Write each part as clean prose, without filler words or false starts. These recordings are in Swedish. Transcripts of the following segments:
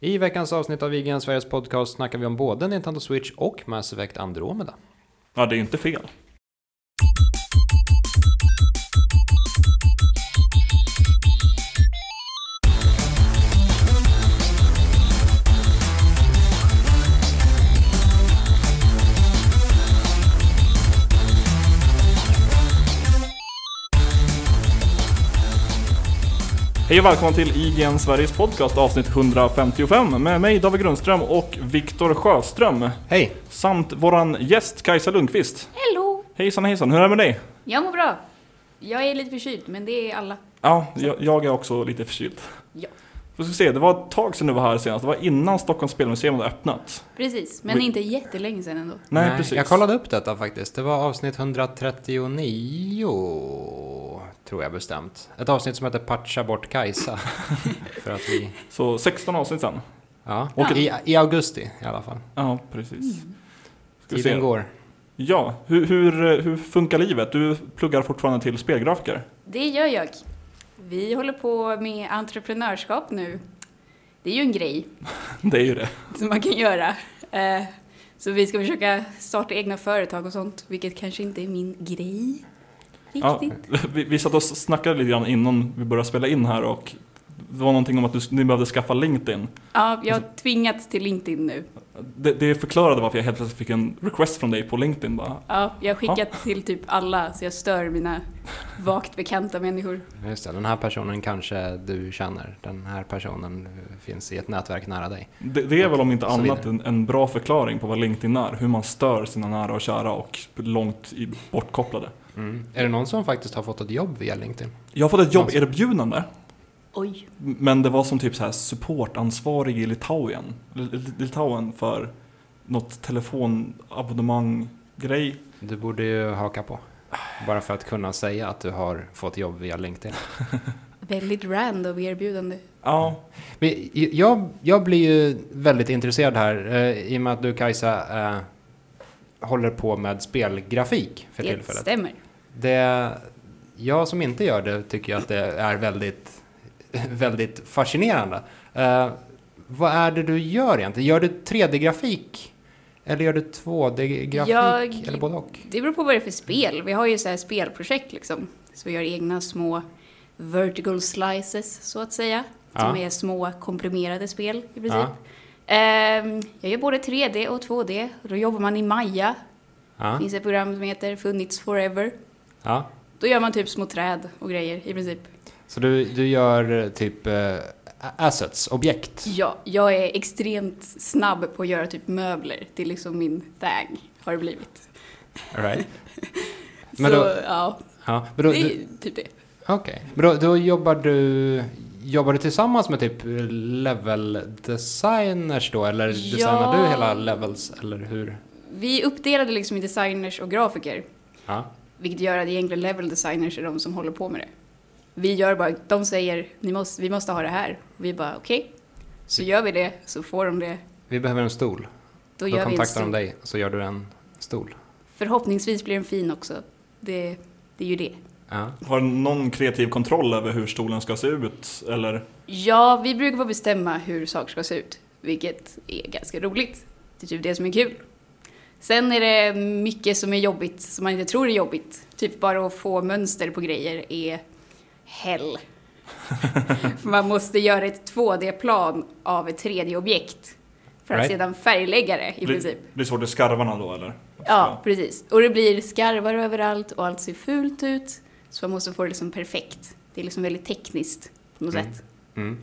I veckans avsnitt av IGN Sveriges podcast snackar vi om både Nintendo Switch och Mass Effect Andromeda. Ja, det är inte fel. Hej och välkommen till IGN Sveriges podcast avsnitt 155 med mig David Grundström och Viktor Sjöström. Hej! Samt våran gäst Kajsa Lundqvist. Hello! Hejsan hejsan, hur är det med dig? Jag mår bra. Jag är lite förkyld, men det är alla. Ja, jag är också lite förkyld. Ja. Vi ska se, det var ett tag sedan du var här senast. Det var innan Stockholms spelmuseum hade öppnat. Precis, men inte jättelänge sedan ändå. Nej, precis. Jag kollade upp detta faktiskt. Det var avsnitt 139, tror jag bestämt. Ett avsnitt som heter Patcha bort Kajsa. För att vi... Så 16 avsnitt sen. Ja, Och i augusti i alla fall. Ja, precis. Ska vi Tiden se. går. Ja, hur funkar livet? Du pluggar fortfarande till spelgrafiker. Det gör jag. Vi håller på med entreprenörskap nu. Det är ju en grej Det är ju det. som man kan göra. Så vi ska försöka starta egna företag och sånt, vilket kanske inte är min grej riktigt. Ja, vi satt och snackade lite grann innan vi började spela in här och det var någonting om att ni behövde skaffa LinkedIn. Ja, jag har tvingats till LinkedIn nu. Det förklarade varför jag helt plötsligt fick en request från dig på LinkedIn bara. Ja, jag har skickat till typ alla, så jag stör mina vagt bekanta människor. Just det, den här personen kanske du känner. Den här personen finns i ett nätverk nära dig. Det är väl om inte Så annat vidare. en bra förklaring på vad LinkedIn är. Hur man stör sina nära och kära och långt bortkopplade. Mm. Är det någon som faktiskt har fått ett jobb via LinkedIn? Jag har fått ett jobberbjudande. Oj. Men det var som typ så här supportansvarig i Litauen för något telefonabonnemang-grej. Du borde ju haka på. Bara för att kunna säga att du har fått jobb via LinkedIn. Väldigt random erbjudande. Ja, Men jag blir ju väldigt intresserad här i och med att du, Kajsa, håller på med spelgrafik för Det tillfället. stämmer. Jag som inte gör det tycker att det är väldigt, väldigt fascinerande. Vad är det du gör egentligen? Gör du 3D-grafik? Eller gör du 2D-grafik? Eller både och? Det beror på vad det är för spel. Vi har ju så här spelprojekt liksom. Så vi gör egna små vertical slices så att säga. Som är små komprimerade spel i princip. Ja. Jag gör både 3D och 2D. Då jobbar man i Maya. Ja. Det finns ett program som heter Funnits Forever. Ja. Då gör man typ små träd och grejer i princip. Så du gör typ assets, objekt? Ja, jag är extremt snabb på att göra typ möbler. Det är liksom min thing, har det blivit. All right. Så Men då- ja, Ja, men då, det är typ det. Okej. Men då jobbar du tillsammans med typ level designers då? Eller designar du hela levels? Eller hur? Vi uppdelade liksom i designers och grafiker. Ja. Vilket gör att egentligen level designers är de som håller på med det. Vi gör bara, de säger vi måste ha det här. Och vi bara okej. Så gör vi det, så får de det. Vi behöver en stol. Då Då gör vi en kontaktar de stor. dig och så gör du en stol. Förhoppningsvis blir den fin också. Det är ju det. Ja. har du någon kreativ kontroll över hur stolen ska se ut? Eller? Ja, vi brukar få bestämma hur saker ska se ut. Vilket är ganska roligt. Det är typ det som är kul. Sen är det mycket som är jobbigt som man inte tror är jobbigt. Typ bara att få mönster på grejer är hell. För man måste göra ett 2D-plan av ett 3D-objekt. För att Right. sedan färglägga det i princip. Blir svårt i skarvarna då eller? Ja, precis. Och det blir skarvar överallt och allt ser fult ut. Så man måste få det liksom perfekt. Det är liksom väldigt tekniskt på något sätt. Mm.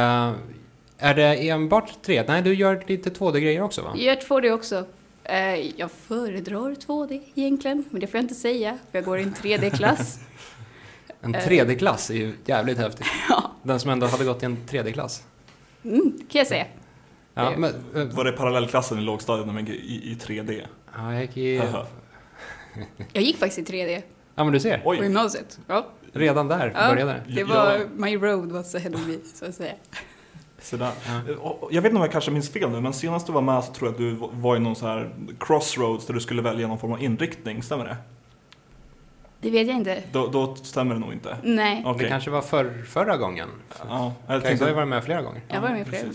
Är det enbart 3D? Nej, du gör lite 2D-grejer också va? Jag gör 2D också. Jag föredrar 2D egentligen, men det får jag inte säga, för jag går i en 3D-klass. En 3D-klass är ju jävligt häftigt. Ja, Den som ändå hade gått i en 3D-klass. kan jag säga. Ja, Det- men, Var det parallellklassen i lågstadiet när man gick i 3D? ja, jag gick i... Haha. Jag gick faktiskt i 3D Ja, men du ser. på Oj, gymnasiet. Ja, Redan där började det. det var my road was ahead of me, så att säga. sådär. Ja. Jag vet inte om jag kanske minns fel nu, men senast du var med så tror jag att du var i någon så här crossroads där du skulle välja någon form av inriktning, stämmer det? Det vet jag inte. Då stämmer det nog inte. Nej, Okej. Det kanske var förra gången. Ja, jag Kajsa har ju tänkte... varit med flera gånger. jag var med flera. Precis.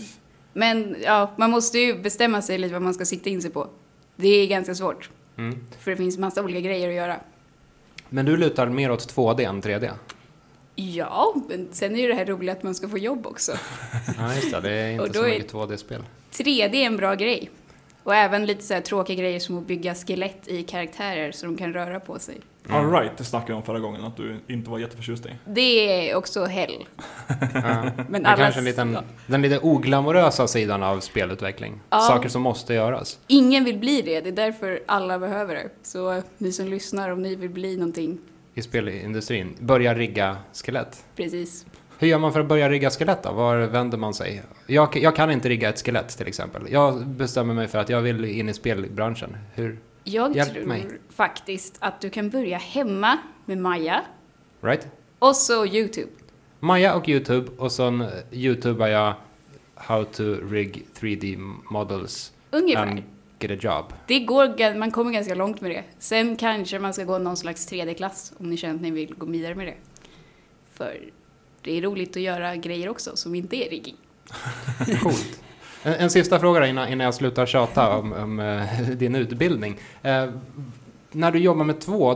Men ja, man måste ju bestämma sig lite vad man ska sikta in sig på. Det är ganska svårt. För det finns massa olika grejer att göra. Men du lutar mer åt 2D än 3D? Ja, men sen är ju det här roligt att man ska få jobb också. Ja, just det. Det är inte så mycket 2D-spel. 3D är en bra grej. Och även lite så här tråkiga grejer som att bygga skelett i karaktärer så de kan röra på sig. All right, det snackade jag om förra gången, att du inte var jätteförtjust i. Det är också hell. Ja. Men det är kanske den lite oglamorösa sidan av spelutveckling. Ja. Saker som måste göras. Ingen vill bli det, det är därför alla behöver det. Så ni som lyssnar, om ni vill bli någonting. I spelindustrin. Börja rigga skelett. Precis. Hur gör man för att börja rigga skelett då? Var vänder man sig? Jag kan inte rigga ett skelett till exempel. Jag bestämmer mig för att jag vill in i spelbranschen. Jag Hjälp tror mig. faktiskt att du kan börja hemma med Maja Right? och så YouTube. Maja och YouTube, och sen YouTubear jag how to rig 3D models Ungefär. and get a job. Man kommer ganska långt med det. Sen kanske man ska gå någon slags 3D-klass om ni känner att ni vill gå vidare med det. För det är roligt att göra grejer också som inte är rigging. Coolt. En sista fråga då, innan jag slutar tjata om din utbildning. När du jobbar med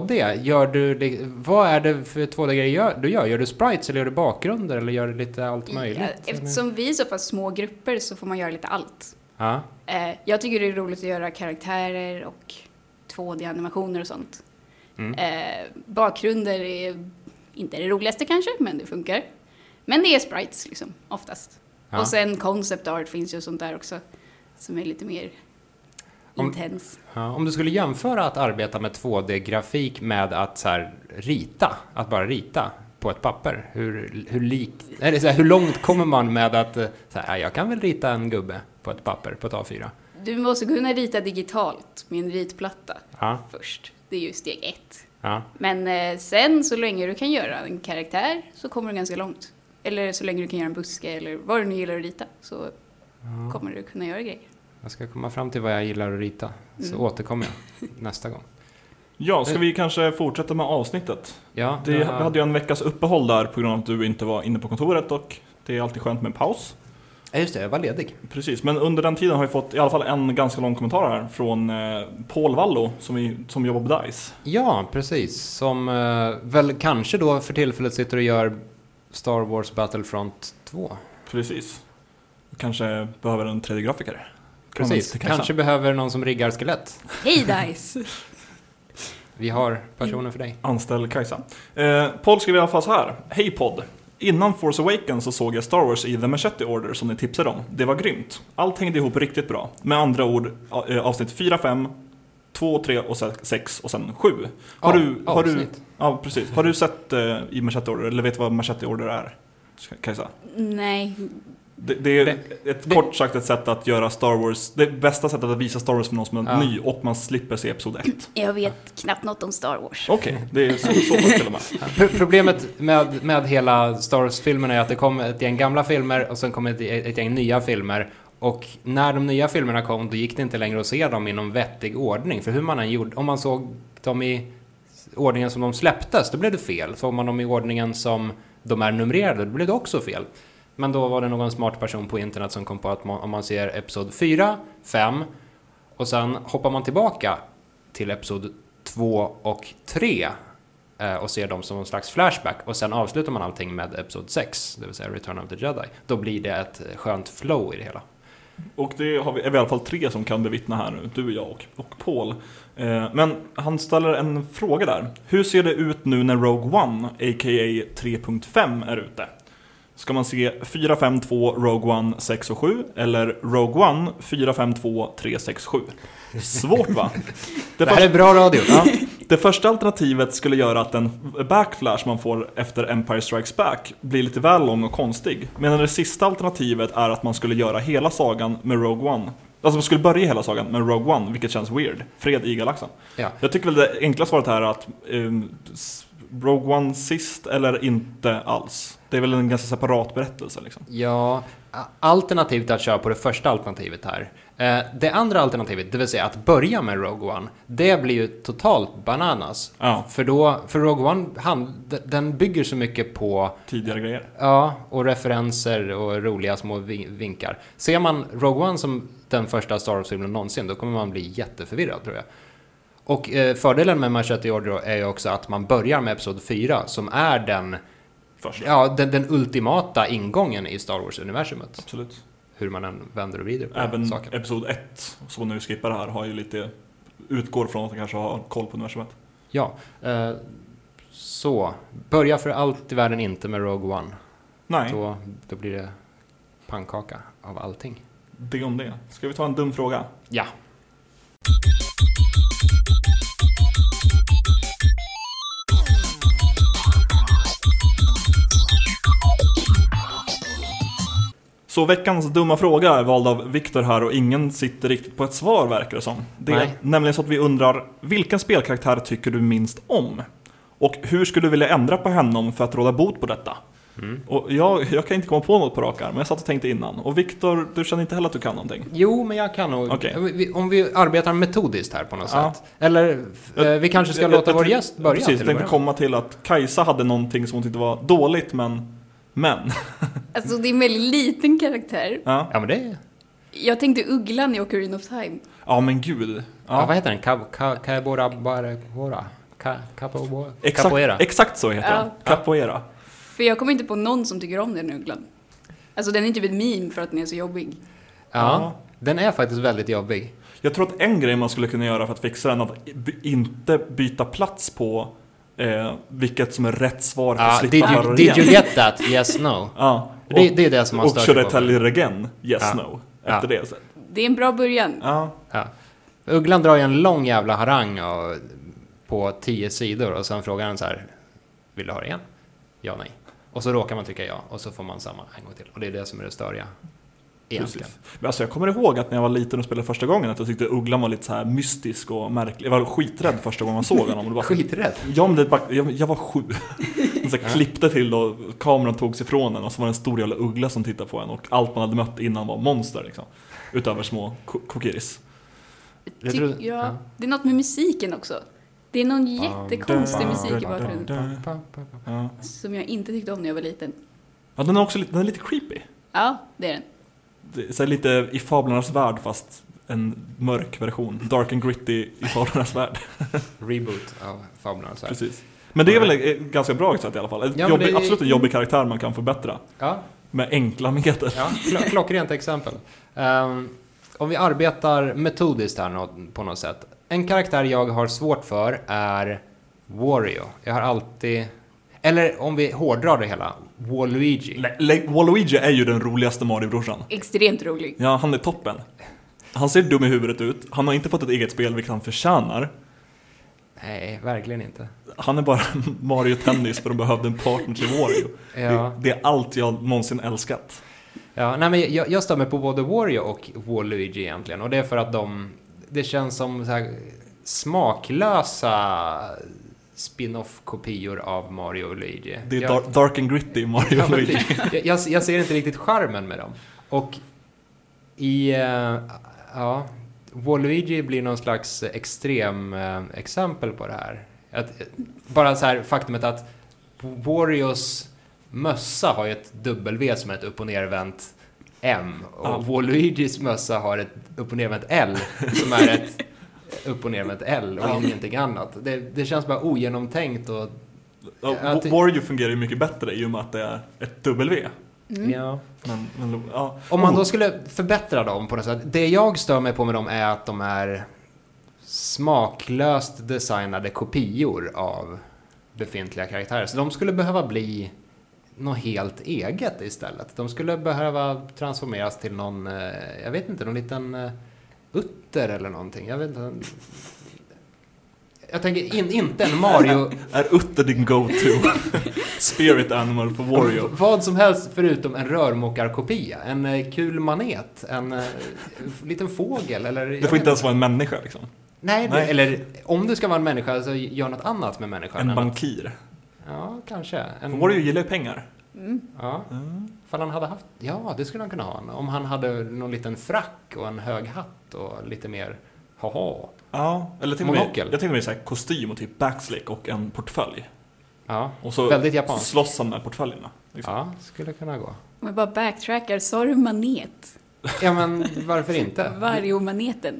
2D, vad är det för 2D-grejer du gör? Gör du sprites eller gör du bakgrunder eller gör du lite allt möjligt? Ja, eftersom vi är så pass små grupper så får man göra lite allt. Ja. Jag tycker det är roligt att göra karaktärer och 2D-animationer och sånt. Bakgrunder är inte det roligaste kanske, men det funkar. Men det är sprites liksom, oftast. Ja. Och sen concept art finns ju sånt där också, som är lite mer intens. Om du skulle jämföra att arbeta med 2D-grafik med att så här, att bara rita på ett papper. Hur långt kommer man med att så här, jag kan väl rita en gubbe på ett papper, på ett A4? Du måste kunna rita digitalt med en ritplatta först. Det är ju steg 1. Ja. Men sen så länge du kan göra en karaktär så kommer du ganska långt. Eller så länge du kan göra en buske eller vad du nu gillar att rita så kommer du kunna göra grejer. Jag ska komma fram till vad jag gillar att rita. Så återkommer jag nästa gång. Ja, ska vi kanske fortsätta med avsnittet? Ja, Vi hade ju en veckas uppehåll där på grund av att du inte var inne på kontoret, och det är alltid skönt med en paus. Ja, just det, jag var ledig. Precis, men under den tiden har vi fått i alla fall en ganska lång kommentar här från Paul Wallo som jobbar på DICE. Ja, precis. Som väl kanske då för tillfället sitter och gör Star Wars Battlefront 2. Precis. Kanske behöver en 3D-grafiker. Precis, kanske behöver någon som riggar skelett. Hej DICE! Vi har personen för dig. Anställ Kajsa. Paul skriver i alla fall så här. Hej podd. Innan Force Awakens så såg jag Star Wars i The Machete Order som ni tipsade om. Det var grymt. Allt hängde ihop riktigt bra. Med andra ord, avsnitt 4, 5, 2, 3 och 6 och sen 7. Ja, precis. Har du sett i Machete Order, eller vet vad Machete Order är? Kajsa? Nej. Det är kort sagt ett sätt att göra Star Wars, det bästa sättet att visa Star Wars för någon som är ny, och man slipper se episod 1. Jag vet knappt något om Star Wars. Okej, det är så till och med. Problemet med hela Star Wars-filmerna är att det kom ett gäng gamla filmer och sen kom ett gäng nya filmer. Och när de nya filmerna kom, då gick det inte längre att se dem i någon vettig ordning. För hur man än gjorde, om man såg dem i ordningen som de släpptes, då blev det fel. Såg man dem i ordningen som de är numrerade, då blev det också fel. Men då var det någon smart person på internet som kom på att om man ser episod 4, 5 och sen hoppar man tillbaka till episod 2 och 3 och ser dem som en slags flashback och sen avslutar man allting med episod 6, det vill säga Return of the Jedi. Då blir det ett skönt flow i det hela. Och det är vi i alla fall 3 som kan bevittna här nu, du, jag och Paul. Men han ställer en fråga där. Hur ser det ut nu när Rogue One, a.k.a. 3.5, är ute? Ska man se 4, 5, 2, Rogue One 6 och 7 eller Rogue One 4, 5, 2, 3, 6, 7? Svårt, va? Det här är bra radio. Ja. Det första alternativet skulle göra att den backflash man får efter Empire Strikes Back blir lite väl lång och konstig. Medan det sista alternativet är att man skulle göra hela sagan med Rogue One. Alltså man skulle börja hela sagan med Rogue One, vilket känns weird. Fred i galaxen. Ja. Jag tycker väl det enkla svaret här är att Rogue One sist eller inte alls. Det är väl en ganska separat berättelse liksom. Ja, alternativet att köra på det första alternativet här. Det andra alternativet, det vill säga att börja med Rogue One, det blir ju totalt bananas. Ja. För Rogue One, den bygger så mycket på Tidigare grejer. Ja, och referenser och roliga små vinkar. Ser man Rogue One som den första Star Wars-filmen någonsin, då kommer man bli jätteförvirrad, tror jag. Och fördelen med Machete Order är ju också att man börjar med Episod 4, som är den ultimata ingången i Star Wars-universumet. Absolut. Hur man än vänder och vrider på även saken. Episod 1, som nu skippar det här, har ju lite utgår från att man kanske har koll på universumet. Ja, så börja för allt i världen inte med Rogue One. Nej. Då blir det pannkaka av allting. Det om det. Ska vi ta en dum fråga? Ja. Så veckans dumma fråga är vald av Viktor här och ingen sitter riktigt på ett svar, verkar det som. Det är Nej. nämligen så att vi undrar, vilken spelkaraktär tycker du minst om? Och hur skulle du vilja ändra på henne för att råda bot på detta? Och jag kan inte komma på något på rak arm, men jag satt och tänkte innan. Och Viktor, du känner inte heller att du kan någonting? Jo, men jag kan nog. Okej. Om vi arbetar metodiskt här på något sätt. Eller vi kanske ska låta vår gäst börja. Precis, jag tänkte komma till att Kajsa hade någonting som hon tyckte var dåligt, men... Alltså det är en väldigt liten karaktär. Ja, Ja, men det... Jag tänkte Ugglan i Ocarina of Time. ja men gud. Ja, vad heter den? Capoeira. Exakt så heter Ja. den. Capoeira. För jag kommer inte på någon som tycker om den Ugglan. Alltså den är typ ett meme för att den är så jobbig. Ja, den är faktiskt väldigt jobbig. Jag tror att en grej man skulle kunna göra för att fixa den är att inte byta plats på vilket som är rätt svar för att slippa höra det Did you igen. get that? Yes, no. Ja, Det är det som man och stör köra på. Tell it again. Yes, Ja. no. Efter det. Så. Det är en bra början. Ja. Ja. Ugglan drar ju en lång jävla harang på 10 sidor och sen frågar han så här: vill du ha det igen? Ja, nej. Och så råkar man trycka ja och så får man samma en gång till. Och det är det som är det störiga. Egentligen. Precis. Men alltså jag kommer ihåg att när jag var liten och spelade första gången att jag tyckte Ugglan var lite så här mystisk och märklig. Jag var skiträdd första gången man såg honom. Det var Skiträdd? Ja, men jag var 7. Så jag klippte till och kameran togs ifrån en och så var det en stor jävla uggla som tittade på en och allt man hade mött innan var monster liksom. Utöver små kokiris. Ja. Det är något med musiken också. Det är någon jättekonstig musik i bakgrunden. Ja. Som jag inte tyckte om när jag var liten. Ja, den är också den är lite creepy. Ja, det är den. Det är så här lite i Fablernas värld fast en mörk version. Dark and gritty i Fablernas värld. Reboot av Fablernas värld. Precis. Men det är väl ganska bra exakt i alla fall. Absolut en jobbig karaktär man kan förbättra. Ja. Med enkla medel. Ja, klockrent exempel. Om vi arbetar metodiskt här på något sätt. En karaktär jag har svårt för är Wario. Jag har alltid... Eller om vi hårdrar det hela, Waluigi. Waluigi är ju den roligaste Mario-brorsan. Extremt rolig. Ja, han är toppen. Han ser dum i huvudet ut. Han har inte fått ett eget spel, vilket han förtjänar. Nej, verkligen inte. Han är bara Mario Tennis för de behövde en partner till Wario. Ja. Det är allt jag någonsin älskat. Ja, nej, men jag står med på både Wario och Waluigi egentligen. Och det är för att det känns som så här smaklösa spin-off-kopior av Mario och Luigi. Det är dark and gritty Mario och Luigi. Jag ser inte riktigt charmen med dem. Och Waluigi blir någon slags extrem exempel på det här. Bara så här faktumet att Warios mössa har ju ett W som är ett upp- och nervänt M. Och Waluigis mössa har ett upp- och nervänt L som är ett upp- och nervänt L och ingenting annat. Det känns bara ogenomtänkt. Och Wario fungerar ju mycket bättre i och med att det är ett W. Ja. Men, ja. Om man då skulle förbättra dem på något sätt. Det jag stör mig på med dem är att de är smaklöst designade kopior av befintliga karaktärer. Så de skulle behöva bli något helt eget istället. De skulle behöva transformeras till någon, jag vet inte, någon liten utter eller någonting. Jag vet inte. Jag tänker inte en Mario... Är utter din go-to spirit animal för Wario? Vad som helst förutom en rörmokarkopia. En kul manet. En liten fågel. Eller, det får inte ens vara en människa liksom. Nej. Eller om du ska vara en människa så gör något annat med människan. En bankir. Ja, kanske. Wario gillar ju pengar. Ja. För han hade haft... Ja, det skulle han kunna ha. Om han hade någon liten frack och en hög hatt och lite mer haha. Ja, eller till och med, Monokel. jag tänker mig så här kostym och typ backslick och en portfölj. Ja, Och så väldigt japanskt. slåss han med portföljerna. Liksom. Ja, skulle kunna gå. Om jag bara backtrackar, sa du manet? Ja, men varför inte? Varjo-maneten.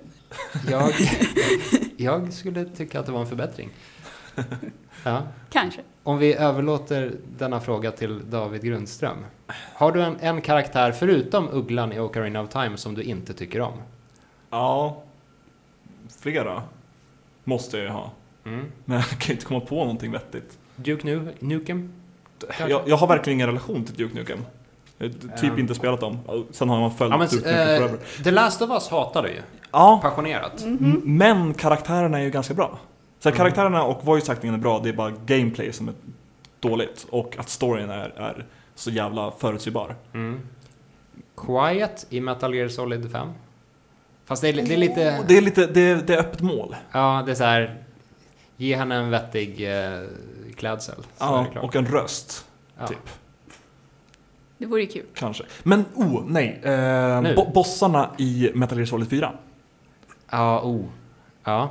Jag skulle tycka att det var en förbättring. Ja. Kanske. Om vi överlåter denna fråga till David Grundström. Har du en karaktär förutom Ugglan i Ocarina of Time som du inte tycker om? Ja, flera måste jag ha. Men jag kan inte komma på någonting vettigt. Duke Nukem? Jag har verkligen ingen relation till Duke Nukem. Jag har typ inte spelat dem. Sen har man följt Duke Nukem forever. The Last of Us hatar du ju. Ja, Passionerat. men karaktärerna är ju ganska bra. Så karaktärerna och voice actingen är bra. Det är bara gameplay som är dåligt. Och att storyn är så jävla förutsägbar. Quiet i Metal Gear Solid 5. Fast det är lite... Det är öppet mål. Ja, det är så här... Ge henne en vettig klädsel. Ja, och en röst. Typ. Det vore ju kul. Kanske. Men, nej. Bossarna i Metal Gear Solid 4. Ja, Ja.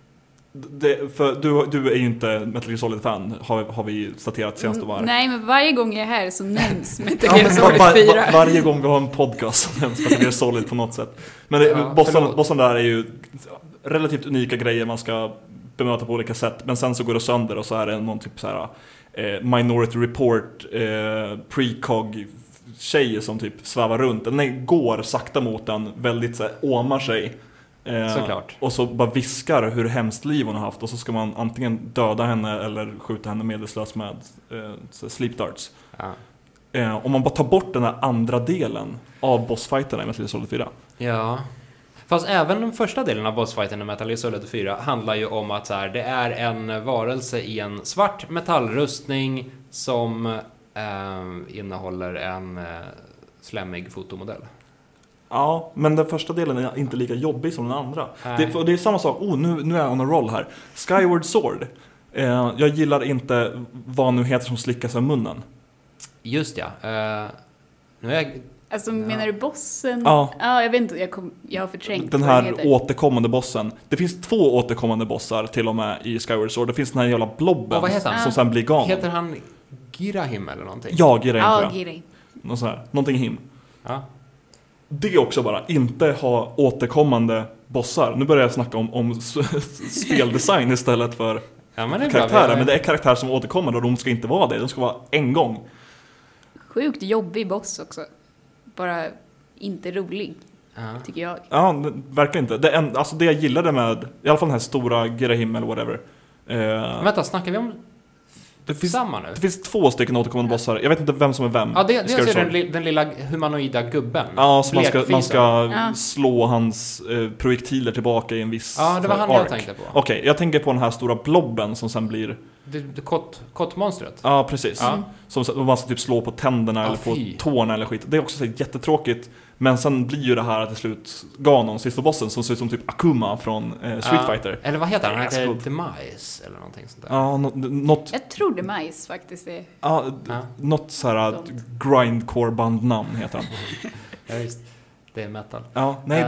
För du är ju inte Metal Gear Solid-fan, har vi staterat senast du var här. Nej, men varje gång jag är här så nämns Metal Gear Solid 4. Varje gång vi har en podcast så nämns Metal Gear Solid på något sätt. Men bossarna där är ju relativt unika grejer man ska bemöta på olika sätt. Men sen så går det sönder och så är det någon typ så här Minority Report precog tjej som typ svävar runt. Den går sakta mot den, väldigt så här, åmar sig. Såklart. Och så bara viskar hur hemskt liv hon har haft. Och så ska man antingen döda henne eller skjuta henne medvetslös med sleep darts. Om man bara tar bort den här andra delen av bossfighterna i Metal Gear Solid 4. Ja. Fast även den första delen av bossfighten i Metal Gear Solid 4 handlar ju om att så här, det är en varelse i en svart metallrustning som innehåller en slemmig fotomodell. Ja, men den första delen är inte lika jobbig som den andra. Det är samma sak. Nu är jag on a roll här. Skyward Sword. Jag gillar inte vad nu heter som slickas av munnen. Just ja. Nu är jag... Alltså menar du bossen? Ja. Ja, jag vet inte, jag har förträngt den här återkommande bossen. Det finns 2 återkommande bossar till och med i Skyward Sword. Det finns den här jävla blobben vad heter han? som sen blir Ganon. Heter han Girahim eller någonting? Ja, Girahim. Ja, Girahim. Någonting him. Ja. Det är också bara inte ha återkommande bossar. Nu börjar jag snacka om speldesign istället för karaktärer. Men det är karaktärer som återkommer och de ska inte vara det. De ska vara en gång. Sjukt jobbig boss också. Bara inte rolig, tycker jag. Ja, verkligen inte. Det jag gillade med, i alla fall den här stora Girahim eller whatever. Vänta, snackar vi om samma nu? Det finns 2 stycken återkommande bossar. Jag vet inte vem som är vem. Ja, det är den lilla humanoida gubben. Ja, så man ska slå hans projektiler tillbaka i en viss Ja, det var han jag tänkte på. Okej, jag tänker på den här stora blobben som sen blir... Kottmonstret. Ja, precis. Som man ska typ slå på tänderna eller på tårna eller skit. Det är också så jättetråkigt. Men sen blir ju det här till slut Ganon, sista bossen, som ser ut som typ Akuma från Street Fighter. Eller vad heter han? Han heter Demise eller någonting sånt där. Ja, något... Jag tror Demise faktiskt är... Ja, något så här grindcore bandnamn heter han. Ja, just. Det är metal. Ja, nej,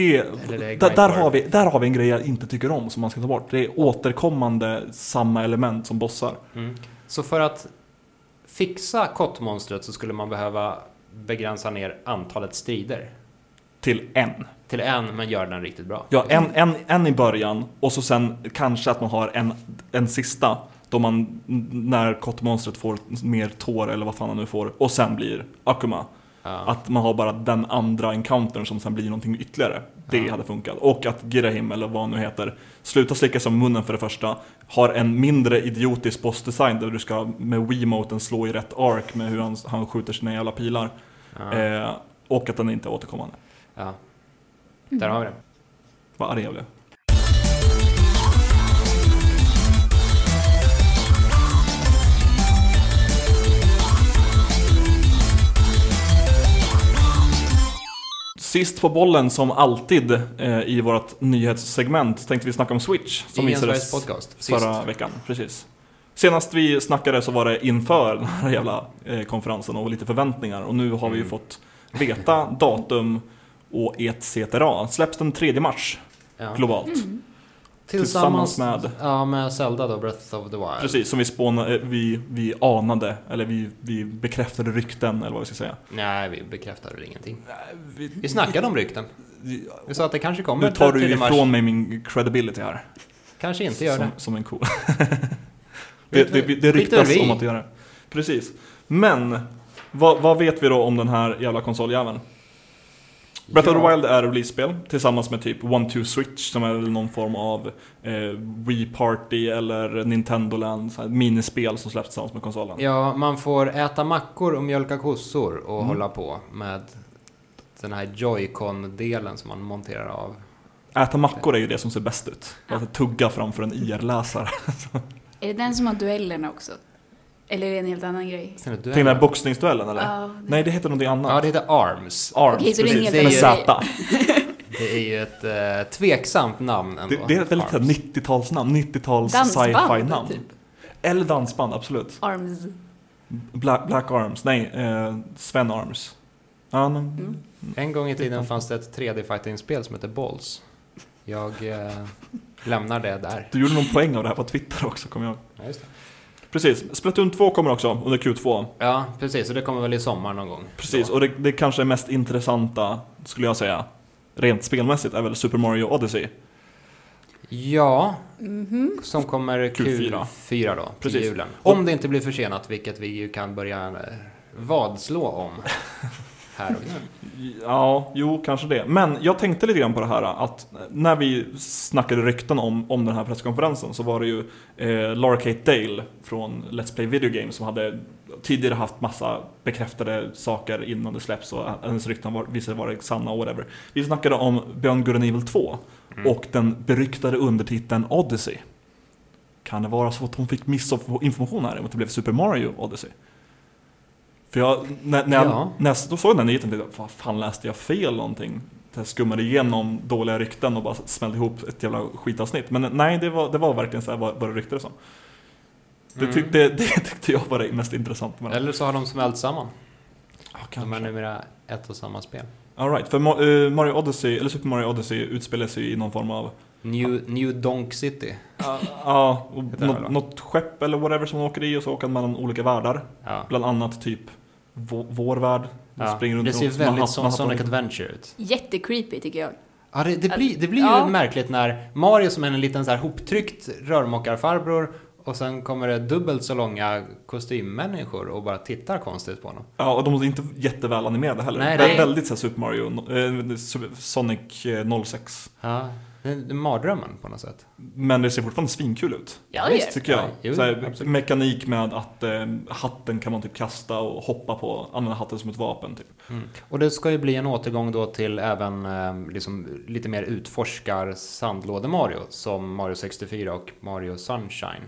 där har vi en grej jag inte tycker om som man ska ta bort. Det är återkommande samma element som bossar. Så för att fixa kottmonstret så skulle man behöva begränsa ner antalet strider. Till en. Till en, men gör den riktigt bra. Ja, en i början. Och så sen kanske att man har en sista. Då man, när kottmonstret får mer tår eller vad fan han nu får. Och sen blir Akuma. Att man har bara den andra encountern som sen blir någonting ytterligare. Det hade funkat. Och att Girahim, eller vad nu heter, sluta slicka som munnen för det första. Har en mindre idiotisk bossdesign där du ska med Wiimoten slå i rätt ark med hur han skjuter sina jävla pilar. Och att den inte är återkommande. Ja, där har vi det. Vad arg jag blev. Sist på bollen som alltid i vårt nyhetssegment tänkte vi snacka om Switch som visades podcast förra veckan. Precis. Senast vi snackade så var det inför den här jävla konferensen och lite förväntningar. Och nu har vi ju fått veta datum och etc. Släpps den 3 mars globalt. Tillsammans med... Ja, med Zelda då, Breath of the Wild. Precis, som vi anade, eller vi bekräftade rykten, eller vad vi ska säga. Nej, vi bekräftade väl ingenting. Vi snackade om rykten. Vi sa att det kanske kommer. Nu tar du ifrån mig min credibility här. Kanske inte gör det. Som en ko. det ryktas om att det gör det. Precis. Men, vad vet vi då om den här jävla konsoljäveln? Breath of the Wild är release-spel tillsammans med typ 1-2 Switch som är någon form av Wii Party eller Nintendo Land, minispel som släpps tillsammans med konsolen. Ja, man får äta mackor och mjölka kossor och hålla på med den här Joy-Con-delen som man monterar av. Äta mackor är ju det som ser bäst ut. Att tugga framför en IR-läsare. Är det den som har duellerna också? Eller är det en helt annan grej? Tänk den här boxningsduellen eller? Nej, det heter någonting annat. Ja, det heter ARMS. Okej, så det är en helt annan grej. Det är ju ett tveksamt namn ändå. Det är ett väldigt 90-talsnamn, 90-tals sci-fi-namn. Typ. Eller dansband, absolut. ARMS. Black Arms, nej, Sven Arms. Ja, men... En gång i tiden fanns det ett 3D-fighting-spel som heter Balls. Jag lämnar det där. Du gjorde någon poäng av det här på Twitter också, kommer jag ihåg. Ja, just det. Precis, Splatoon 2 kommer också under Q2. Ja, precis, och det kommer väl i sommar någon gång. Precis, och det kanske mest intressanta, skulle jag säga, rent spelmässigt, är väl Super Mario Odyssey. Ja, som kommer Q4 då, till julen. Om det inte blir försenat, vilket vi ju kan börja vadslå om här och nu. Ja, jo, kanske det. Men jag tänkte lite grann på det här att när vi snackade rykten om den här presskonferensen så var det ju Laura Kate Dale från Let's Play Video Games som hade tidigare haft massa bekräftade saker innan det släpps och hennes rykten visade vara sanna och whatever. Vi snackade om Beyond Good and Evil 2 och den beryktade undertiteln Odyssey. Kan det vara så att hon fick missinformation här om att det blev Super Mario Odyssey? För när jag såg den nyheten tänkte jag, vad fan, läste jag fel någonting? Jag skummade igenom dåliga rykten och bara smällde ihop ett jävla skitavsnitt. Men nej, det var verkligen så här vad det ryktades om. Det tyckte jag var det mest intressant med det. Eller så har de smält samman. Ja, de är numera ett och samma spel. All right, för Mario Odyssey, eller Super Mario Odyssey utspelar sig i någon form av New Donk City. Ja, något skepp eller whatever som åker i och så åker man mellan olika världar. Ja. Bland annat typ vår värld. Ja. Det ser väldigt som Sonic Adventure ut. Jättecreepy tycker jag. Ja, det blir ju märkligt när Mario som är en liten så här hoptryckt rörmokarfarbror och sen kommer det dubbelt så långa kostymmänniskor och bara tittar konstigt på honom. Ja, och de är inte jätteväl animerade heller. Nej, det är väldigt så här Super Mario, Sonic 06. Ja, det är mardrömmen på något sätt. Men det ser fortfarande svinkul ut. Ja, det tycker jag. Så här, mekanik med att hatten kan man typ kasta och hoppa på, använda hatten som ett vapen typ. Och det ska ju bli en återgång då till även liksom lite mer utforskar sandlåde Mario som Mario 64 och Mario Sunshine.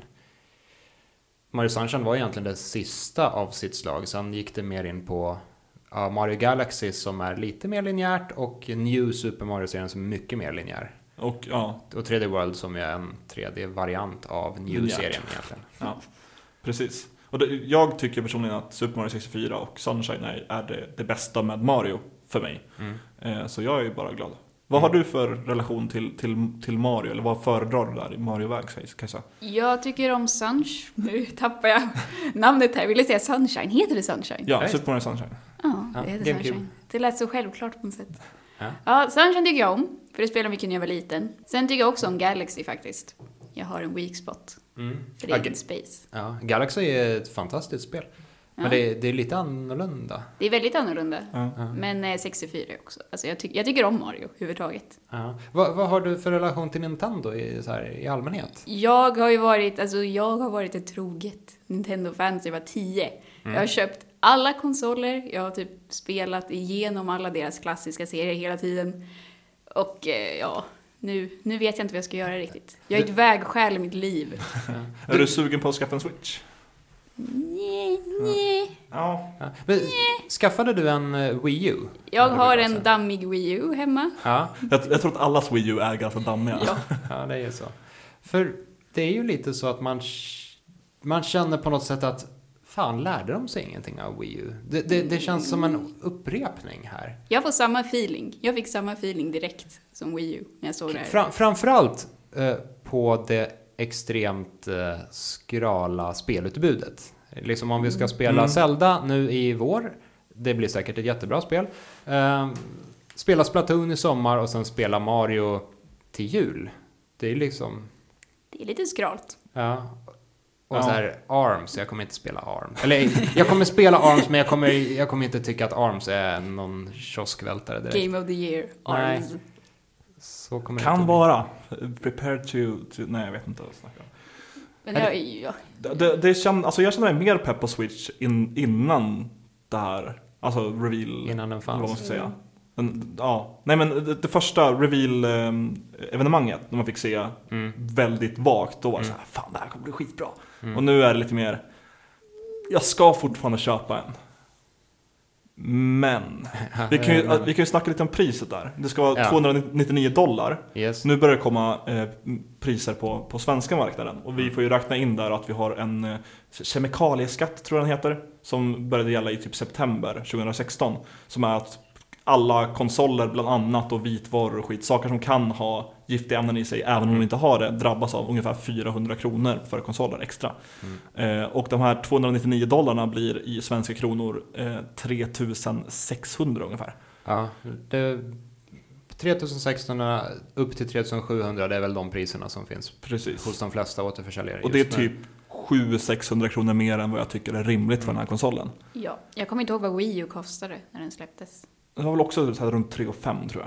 Mario Sunshine var egentligen det sista av sitt slag. Sen gick det mer in på Mario Galaxy som är lite mer linjärt och New Super Mario-serien som är mycket mer linjär. Och 3D World som är en 3D-variant av New-serien egentligen. Ja, precis. Och jag tycker personligen att Super Mario 64 och Sunshine är det bästa med Mario för mig. Så jag är ju bara glad. Vad har du för relation till Mario? Eller vad föredrar du där i Mario-väg? Jag tycker om Sunshine. Nu tappar jag namnet här. Vill jag säga Sunshine? Heter det Sunshine? Ja, Super Mario Sunshine. Ja, det heter Sunshine. Det lät så självklart på något sätt. Ja, Sunshine tycker jag om. För det spelade mycket när jag var liten. Sen tycker jag också om Galaxy faktiskt. Jag har en weak spot. För det är en space. Ja, Galaxy är ett fantastiskt spel. Men det är lite annorlunda. Det är väldigt annorlunda. Men 64 också. Alltså jag tycker om Mario överhuvudtaget. Vad har du för relation till Nintendo i allmänhet? Jag har varit ett troget Nintendo-fan sedan jag var 10. Jag har köpt alla konsoler. Jag har typ spelat igenom alla deras klassiska serier hela tiden. Och nu vet jag inte vad jag ska göra riktigt. Jag är ett vägskäl i mitt liv. Är du sugen på att skaffa en Switch? Nej. Ja. Men, skaffade du en Wii U? Jag har en dammig Wii U hemma. Ja. Jag tror att allas Wii U är ganska dammiga. Ja, det är så. För det är ju lite så att man känner på något sätt att fan, lärde de sig ingenting av Wii U? Det känns som en upprepning här. Jag får samma feeling. Jag fick samma feeling direkt som Wii U när jag såg det här. Framförallt på det extremt skrala spelutbudet. Liksom om vi ska spela Zelda nu i vår, det blir säkert ett jättebra spel. Spela Splatoon i sommar och sen spela Mario till jul. Det är liksom... Det är lite skralt. Ja. Och så här, ARMS, jag kommer inte spela ARMS. Eller jag kommer spela ARMS, men jag kommer inte tycka att ARMS är någon kioskvältare direkt. Game of the year, ARMS. Nej. Så kommer Kan det vara. Prepare to... Nej, jag vet inte vad jag snackar om. Men jag känner mig mer pepp på Switch innan det här, alltså reveal, Innan den fanns. vad man ska säga. Nej, men det första reveal-evenemanget när man fick se väldigt vagt, då var det så här, fan, det här kommer bli skitbra. Och nu är det lite mer, jag ska fortfarande köpa en. Men vi kan ju snacka lite om priset där. Det ska vara $299. Yes. Nu börjar det komma priser på svenska marknaden. Och vi får ju räkna in där att vi har en kemikalieskatt, tror jag den heter, som började gälla i typ september 2016. Som är att alla konsoler bland annat och vitvaror och skit, saker som kan ha giftiga ämnen i sig även om de inte har det, drabbas av ungefär 400 kronor för konsoler extra. Och de här $299 blir i svenska kronor 3600 ungefär. Ja, 3600 upp till 3700, det är väl de priserna som finns. Precis. Hos de flesta återförsäljare. Och det är typ 700-600 kronor mer än vad jag tycker är rimligt för den här konsolen. Ja, jag kommer inte ihåg vad Wii U kostade när den släpptes. Det var väl också så här runt 3 500 tror jag.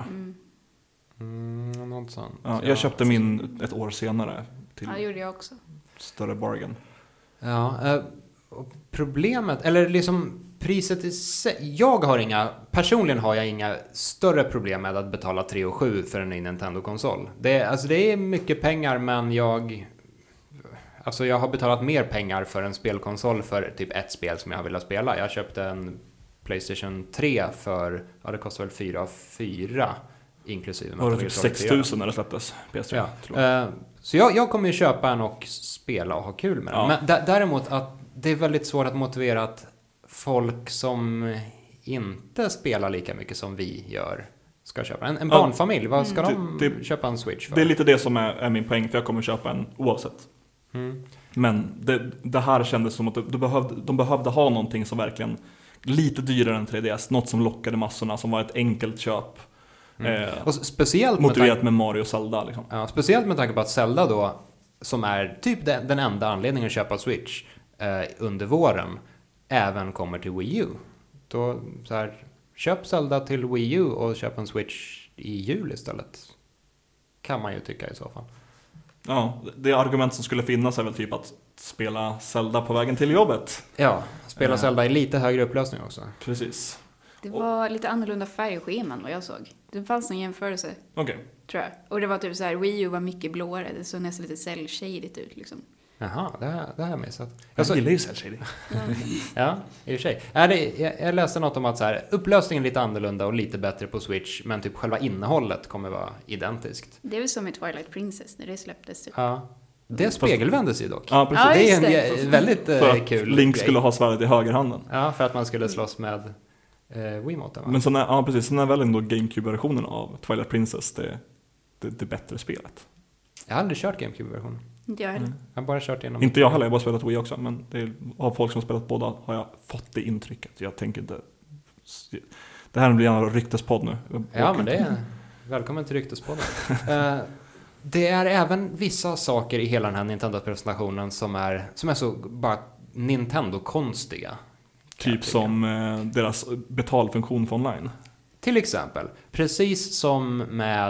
Något sånt. Ja, jag köpte min ett år senare till det gjorde jag också. större bargain. Ja, och problemet, eller liksom priset i sig, personligen har jag inga större problem med att betala 3 700 för en Nintendo-konsol. Det är mycket pengar, men jag har betalat mer pengar för en spelkonsol för typ ett spel som jag har velat spela. Jag köpte en PlayStation 3 för, det kostar väl 4 inklusive. Var det typ 6000 när det släpptes PS3? Ja. Så jag kommer ju köpa en och spela och ha kul med den. Men däremot att det är väldigt svårt att motivera att folk som inte spelar lika mycket som vi gör ska köpa. En barnfamilj, vad ska de köpa en Switch för? Det är lite det som är min poäng, för jag kommer köpa en oavsett. Men det här kändes som att de behövde ha någonting som verkligen lite dyrare än 3DS, något som lockade massorna, som var ett enkelt köp. Och speciellt motiverat med Mario och Zelda liksom. Ja, speciellt med tanke på att Zelda då, som är typ den enda anledningen att köpa Switch under våren, även kommer till Wii U. Då så här, köp Zelda till Wii U och köp en Switch i jul istället. Kan man ju tycka i så fall. Ja, det argument som skulle finnas är väl typ att spela Zelda på vägen till jobbet. Ja, spela Zelda i lite högre upplösning också. Precis. Det var lite annorlunda färgscheman vad jag såg. Det fanns en jämförelse. Okej. Tror jag. Och det var typ så här, Wii U var mycket blåare. Det såg nästan lite cell-shaded ut liksom. Jaha, det har jag missat. Jag gillar ju cell-shaded. Ja, i och för sig. Jag läste något om att så här, upplösningen är lite annorlunda och lite bättre på Switch, men typ själva innehållet kommer vara identiskt. Det är väl som i Twilight Princess när det släpptes. Typ. Ja. Det spegelvändes ju dock. Ja, precis. Ja, det är en väldigt för att kul Link grej. skulle ha svärdet i högerhanden. Ja, för att man skulle slåss med Wiimoten, va? Men sen är väl ändå GameCube-versionen av Twilight Princess det bättre spelet. Jag har aldrig kört GameCube-versionen. Inte jag heller. Jag har bara kört igenom. Inte jag heller, jag har bara spelat Wii också. Men av folk som har spelat båda har jag fått det intrycket. Jag tänker inte... Det här blir en ryktespodd nu. Ja, men det är... Välkommen till ryktespodden. Det är även vissa saker i hela den här Nintendo-presentationen som är så bara Nintendo-konstiga. Typ som deras betalfunktion för online. Till exempel, precis som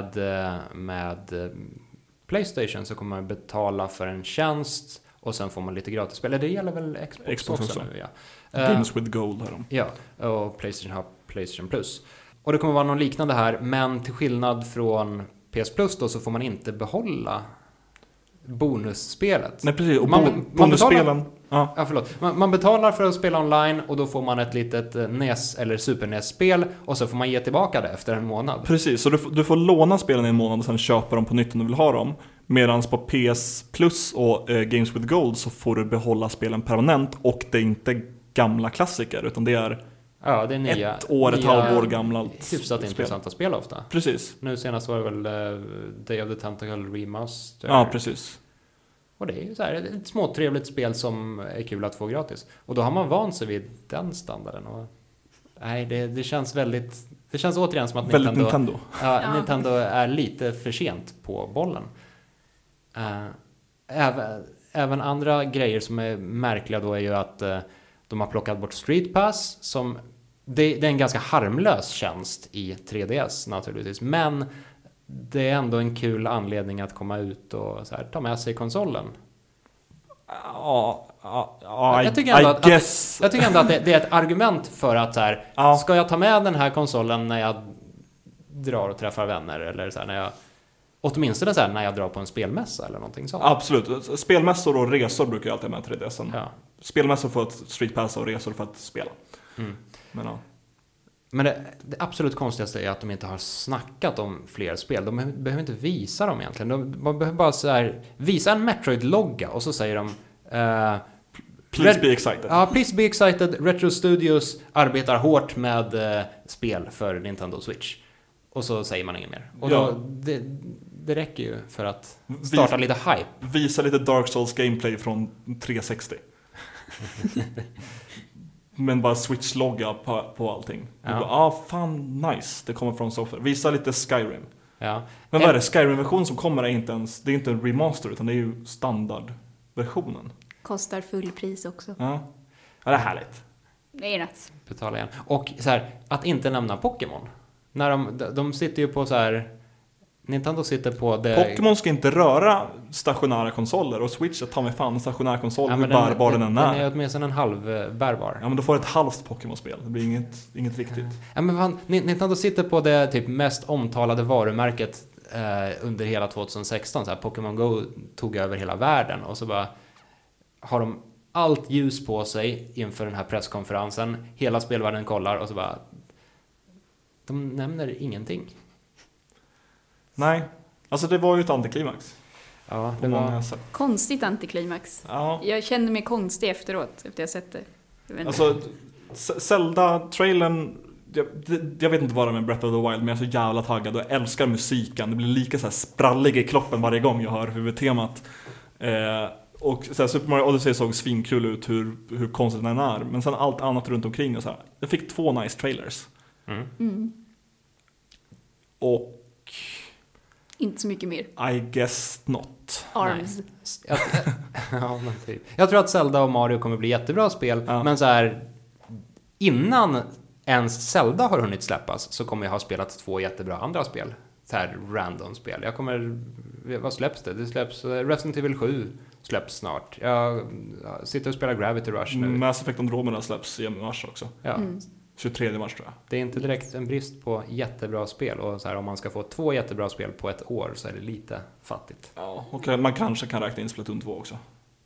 med PlayStation så kommer man betala för en tjänst och sen får man lite gratis spel. Det gäller väl Xbox också nu, ja. Games with Gold har de. Ja, och PlayStation har PlayStation Plus. Och det kommer vara någon liknande här, men till skillnad från PS Plus då så får man inte behålla bonusspelet. Nej, precis. Och bonusspelen... Ja, förlåt. Man betalar för att spela online och då får man ett litet NES eller Super NES-spel och så får man ge tillbaka det efter en månad. Precis, så du får låna spelen i en månad och sen köpa dem på nytt om du vill ha dem. Medan på PS Plus och Games with Gold så får du behålla spelen permanent, och det är inte gamla klassiker utan det är det är nya, ett halvår gammalt hyfsat intressanta spel ofta. Precis. Nu senast var det väl Day of the Tentacle Remaster. Ja, precis. Och det är ju så här ett småtrevligt spel som är kul att få gratis. Och då har man vant sig vid den standarden. Och, nej, det känns väldigt... Det känns återigen som att Nintendo. Nintendo är lite för sent på bollen. Även andra grejer som är märkliga då är ju att de har plockat bort Street Pass. Som, det är en ganska harmlös tjänst i 3DS naturligtvis. Men det är ändå en kul anledning att komma ut och så här, ta med sig konsolen. Jag tycker ändå att det är ett argument för att så här, ska jag ta med den här konsolen när jag drar och träffar vänner, eller så här, när jag åtminstone så här, när jag drar på en spelmässa eller någonting sånt. Absolut. Spelmässor och resor brukar jag alltid med 3DSen. Ja. Spelmässor för ett Street Pass och resor för att spela. Men det absolut konstigaste är att de inte har snackat om fler spel. De behöver inte visa dem egentligen. Man behöver bara så här, visa en Metroid-logga och så säger de Please be excited. Ja, please be excited. Retro Studios arbetar hårt med spel för Nintendo Switch. Och så säger man inget mer. Och då, det räcker ju för att starta lite hype. Visa lite Dark Souls gameplay från 360. Men bara Switch-logga på allting. Fan nice, det kommer från software. Visa lite Skyrim. Ja. Men vad är det? Skyrim-version som kommer är inte ens, det är inte en remaster utan det är ju standardversionen. Kostar fullpris också. Ja, det är härligt. Det är rätt. Betala igen. Och så här, att inte nämna Pokémon. När de sitter ju på så här, Nintendo sitter på det. Pokémon ska inte röra stationära konsoler, och Switch tar med fan en stationär konsol hur bärbar den än är. Den är åtminstone en halv bärbar. Ja, men då får ett halvt Pokémon-spel. Det blir inget riktigt. Ja, men fan, Nintendo sitter på det typ mest omtalade varumärket under hela 2016. Så här, Pokémon Go tog över hela världen, och så bara har de allt ljus på sig inför den här presskonferensen. Hela spelvärlden kollar och så bara de nämner ingenting. Nej, alltså det var ju ett antiklimax. Ja, det var konstigt antiklimax. Ja. Jag kände mig konstig efteråt efter jag sett det. Alltså Zelda-trailern, jag vet inte vad det är med Breath of the Wild, men jag är så jävla taggad och jag älskar musiken. Det blir lika så här sprallig i kroppen varje gång jag hör huvudtemat. Och så här, Super Mario Odyssey såg svinkul ut hur konstigt den är, men sen allt annat runt omkring och så här. Jag fick 2 nice trailers. Och inte så mycket mer. I guess not. Arms. Ja, men typ. Jag tror att Zelda och Mario kommer bli jättebra spel, men så här, innan ens Zelda har hunnit släppas så kommer jag ha spelat 2 jättebra andra spel. Så här random spel. Vad släpps det? Det släpps Resident Evil 7 släpps snart. Jag sitter och spelar Gravity Rush nu. Mass Effect Andromeda släpps i mars också. Ja. 23 mars tror jag. Det är inte direkt en brist på jättebra spel, och så här, om man ska få 2 jättebra spel på ett år så är det lite fattigt. Ja, och man kanske kan räkna in Splatoon 2 också.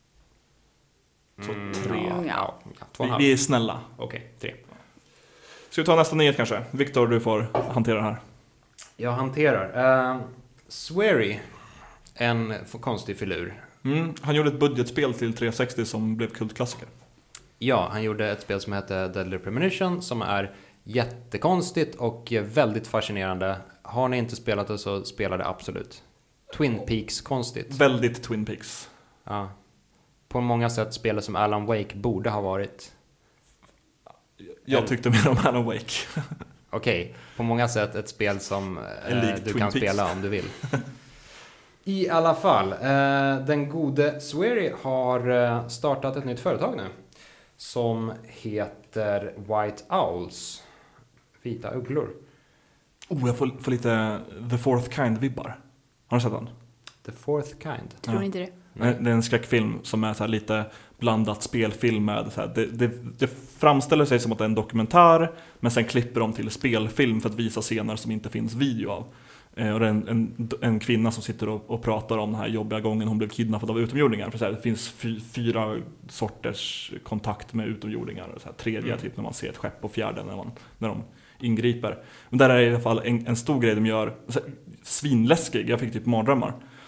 Så 3. Ja, vi är snälla. Okej, 3. Ska vi ta nästa nyhet kanske? Viktor, du får hantera det här. Jag hanterar. Swery, en konstig filur. Han gjorde ett budgetspel till 360 som blev kultklassiker. Ja, han gjorde ett spel som heter Deadly Premonition som är jättekonstigt och väldigt fascinerande. Har ni inte spelat det så spela det absolut. Twin Peaks konstigt. Väldigt Twin Peaks. Ja. På många sätt spelet som Alan Wake borde ha varit. Jag tyckte mer om Alan Wake. Okej, på många sätt ett spel som du kan spela om du vill. I alla fall, den gode Swery har startat ett nytt företag nu som heter White Owls, vita ugglor. Jag får lite The Fourth Kind-vibbar. Har du sett den? The Fourth Kind? Tror inte det. Det är en skräckfilm som är så här lite blandat spelfilm med så här, det framställer sig som att det är en dokumentär, men sen klipper de till spelfilm för att visa scener som inte finns video av. Och det är en kvinna som sitter och pratar om den här jobbiga gången hon blev kidnappad av utomjordingar. För så här, det finns 4 sorters kontakt med utomjordingar. Och så här, 3:e typ när man ser ett skepp, och 4:e när de ingriper. Men där är i alla fall en stor grej de gör. Så här, svinläskig, jag fick typ mardrömmar.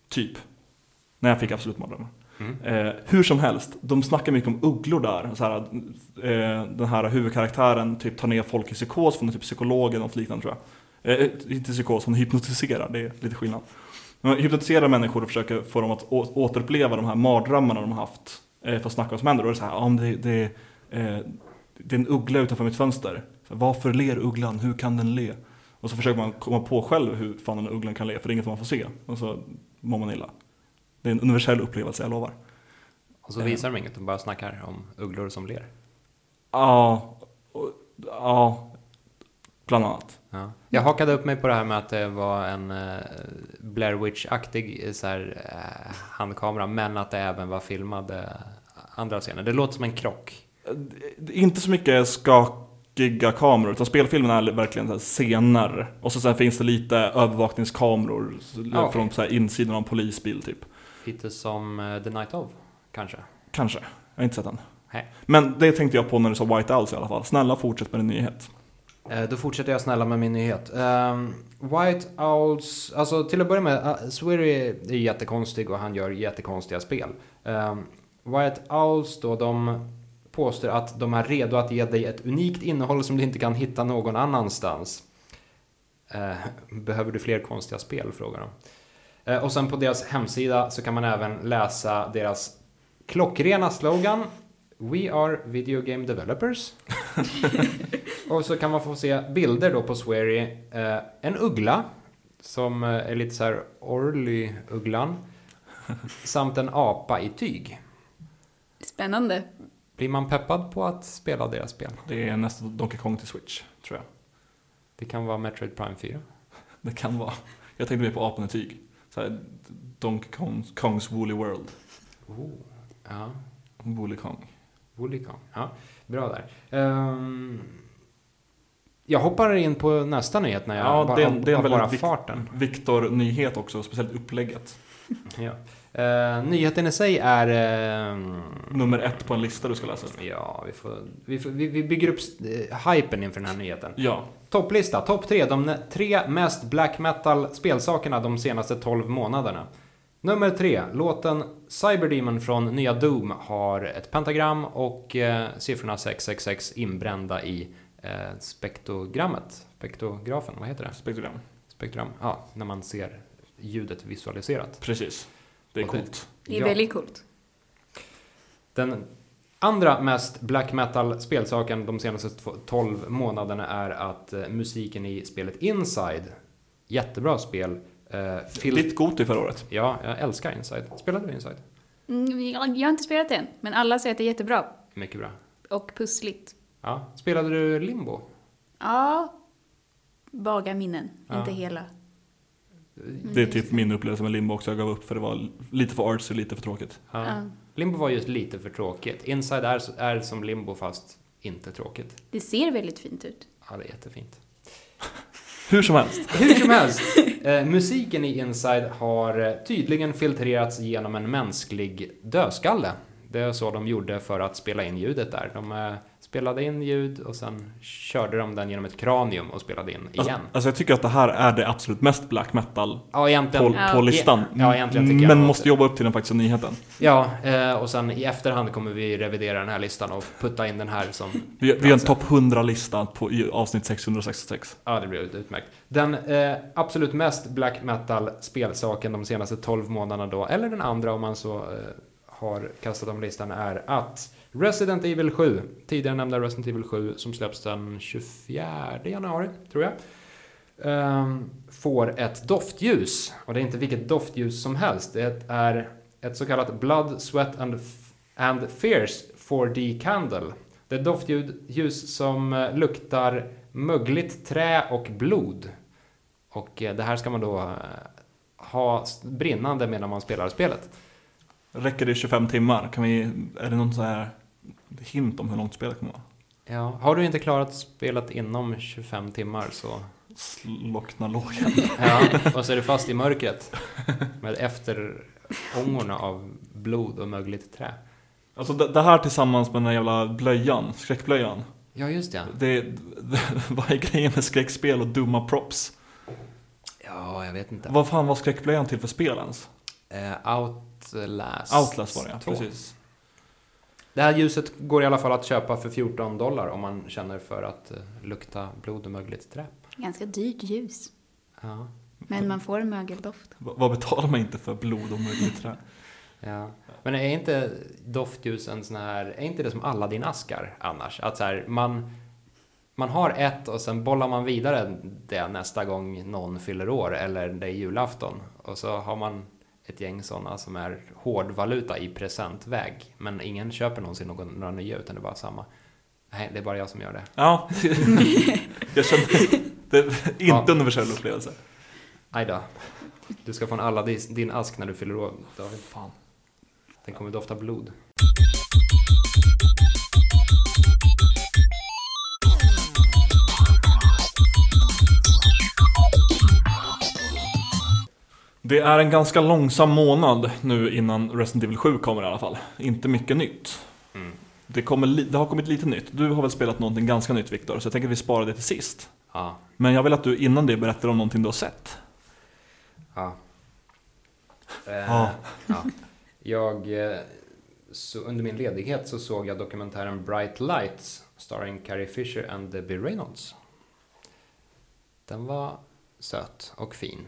Typ. När jag fick absolut mardrömmar. Hur som helst, de snackar mycket om ugglor där. Så här, den här huvudkaraktären typ tar ner folk i psykos från typ psykolog eller något liknande, tror jag. Inte psykos, hon hypnotiserar, det är lite skillnad. Man hypnotiserar människor och försöker få dem att återuppleva de här mardrömmarna de har haft för att snacka om som händer. Och det är så här, det är en uggla utanför mitt fönster. Så, varför ler ugglan? Hur kan den le? Och så försöker man komma på själv hur fan den ugglan kan le, för det är inget man får se. Och så mår man illa. Det är en universell upplevelse, jag lovar. Och så visar de inget, de bara snackar om ugglor som ler. Ja, bland annat. Ja. Jag hakade upp mig på det här med att det var en Blair Witch-aktig så här, handkamera, men att det även var filmade andra scener. Det låter som en krock. Inte så mycket skakiga kameror, utan spelfilmen är verkligen så här scener. Och så sen finns det lite övervakningskameror från så här insidan av en polisbil typ. Lite som The Night of, kanske. Kanske, jag har inte sett den. Nej. Men det tänkte jag på när du sa White Owls i alla fall. Snälla, fortsätt med en nyhet. Då fortsätter jag snälla med min nyhet. White Owls, alltså till att börja med, Swery är jättekonstig och han gör jättekonstiga spel. White Owls då, de påstår att de är redo att ge dig ett unikt innehåll som du inte kan hitta någon annanstans. Behöver du fler konstiga spel, frågar de. Och sen på deras hemsida så kan man även läsa deras klockrena slogan: We are video game developers. Och så kan man få se bilder då på Swery. En uggla som är lite så här Orly-ugglan. Samt en apa i tyg. Spännande. Blir man peppad på att spela deras spel? Det är nästa Donkey Kong till Switch, tror jag. Det kan vara Metroid Prime 4. Det kan vara. Jag tänkte mer på apan i tyg. Så här, Donkey Kongs Woolly World. Ja. Woolly Kong. Woolly Kong. Ja, bra där. Jag hoppar in på nästa nyhet när jag det är en väldigt farten. Victor-nyhet också, speciellt upplägget. Ja. Nyheten i sig är nummer 1 på en lista du ska läsa. Ja, vi bygger upp hypen inför den här nyheten. Ja. Topplista, topp 3, de 3 mest black metal spelsakerna de senaste 12 månaderna. Nummer 3, låten Cyberdemon från nya Doom har ett pentagram och siffrorna 666 inbrända i spektrografen, vad heter det? Spektrum, ja, när man ser ljudet visualiserat. Precis, det är coolt. Det är väldigt coolt. Den andra mest black metal spelsaken de senaste 12 månaderna är att musiken i spelet Inside, jättebra spel. Ditt goti förra året. Ja, jag älskar Inside. Spelade du Inside? Jag har inte spelat det än, men alla säger att det är jättebra. Mycket bra. Och pussligt. Ja. Spelade du Limbo? Ja, vaga minnen, inte hela. Det är typ min upplevelse med Limbo också. Jag gav upp för det var lite för artsy, lite för tråkigt. Ja. Limbo var just lite för tråkigt. Inside är som Limbo fast inte tråkigt. Det ser väldigt fint ut. Ja, det är jättefint. Hur som helst. Musiken i Inside har tydligen filtrerats genom en mänsklig dödskalle. Det är så de gjorde för att spela in ljudet där. De spelade in ljud och sen körde de den genom ett kranium och spelade in igen. Alltså jag tycker att det här är det absolut mest black metal på listan. Ja, egentligen tycker jag. Men måste jobba upp till den faktiskt nyheten. Ja, och sen i efterhand kommer vi revidera den här listan och putta in den här som... Vi har en topp 100-lista i avsnitt 666. Ja, det blir utmärkt. Den absolut mest black metal spelsaken de senaste 12 månaderna då, eller den andra om man så har kastat om listan, är att Resident Evil 7, tidigare nämnda Resident Evil 7 som släpps den 24 januari, tror jag, får ett doftljus. Och det är inte vilket doftljus som helst. Det är ett så kallat Blood, Sweat and Fears 4D Candle. Det är ett doftljus som luktar mögligt trä och blod. Och det här ska man då ha brinnande medan man spelar spelet. Räcker det 25 timmar? Är det någon så här hint om hur långt spelet kommer vara? Ja, har du inte klarat spelet inom 25 timmar så... Slocknar lågen. Ja, och så är du fast i mörkret med efterångorna av blod och mögligt trä. Alltså det här tillsammans med den här jävla blöjan, skräckblöjan. Ja, just det. Vad är grejen med skräckspel och dumma props? Ja, jag vet inte. Vad fan var skräckblöjan till för spel ens? Outlast var det, ja. 2. Precis. Det här ljuset går i alla fall att köpa för $14 om man känner för att lukta blod och mögligt trä. Ganska dyrt ljus. Ja. Men man får en mögeldoft. Vad betalar man inte för blod och mögligt trä? Ja. Men är inte doftljus en sån här, är inte det som Aladdin-askar annars? Att så här, man har ett och sen bollar man vidare det nästa gång någon fyller år eller det är julafton. Och så har man ett gäng sådana som är hårdvaluta i presentväg. Men ingen köper någonsin några nya utan det är bara samma. Nej, det är bara jag som gör det. Ja, jag känner det är inte universell upplevelse. Aj då. Du ska få en Aladdin ask när du fyller år. Fan. Den kommer dofta blod. Det är en ganska långsam månad nu innan Resident Evil 7 kommer i alla fall. Inte mycket nytt. Mm. Det har kommit lite nytt. Du har väl spelat någonting ganska nytt, Viktor, så jag tänker att vi sparar det till sist. Ja. Men jag vill att du innan det berättar om någonting du har sett. Ja. Ja. Jag så under min ledighet så såg jag dokumentären Bright Lights starring Carrie Fisher and Debbie Reynolds. Den var söt och fin.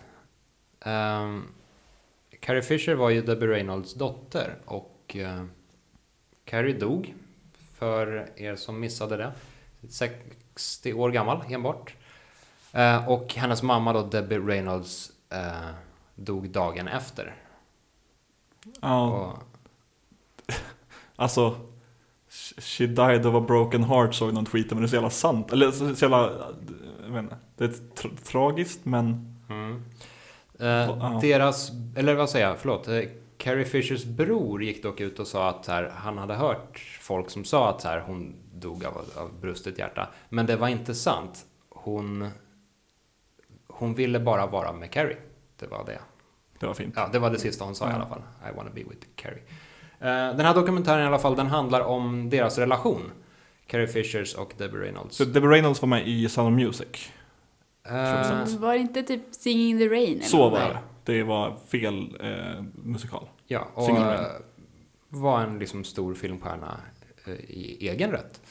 Carrie Fisher var ju Debbie Reynolds dotter och Carrie dog, för er som missade det, 60 år gammal enbart. Och hennes mamma då, Debbie Reynolds, dog dagen efter. Ja. Och, alltså, she died of a broken heart, såg någon tweet, men det är så jävla sant. Eller så jävla, jag vet inte, det är tragiskt, men... deras, eller vad säger jag, förlåt, Carrie Fishers bror gick dock ut och sa att så här, han hade hört folk som sa att så här, hon dog av brustet hjärta. Men det var inte sant. Hon ville bara vara med Carrie. Det var det. Det var fint. Ja, det var det sista hon sa i alla fall. I wanna be with Carrie. Den här dokumentären i alla fall, den handlar om deras relation. Carrie Fishers och Debbie Reynolds. Så Debbie Reynolds var med i Sound of Music. Var det inte typ Singing in the Rain? Eller så var det. Det var fel musikal. Ja, och var en liksom stor filmstjärna i egen rätt.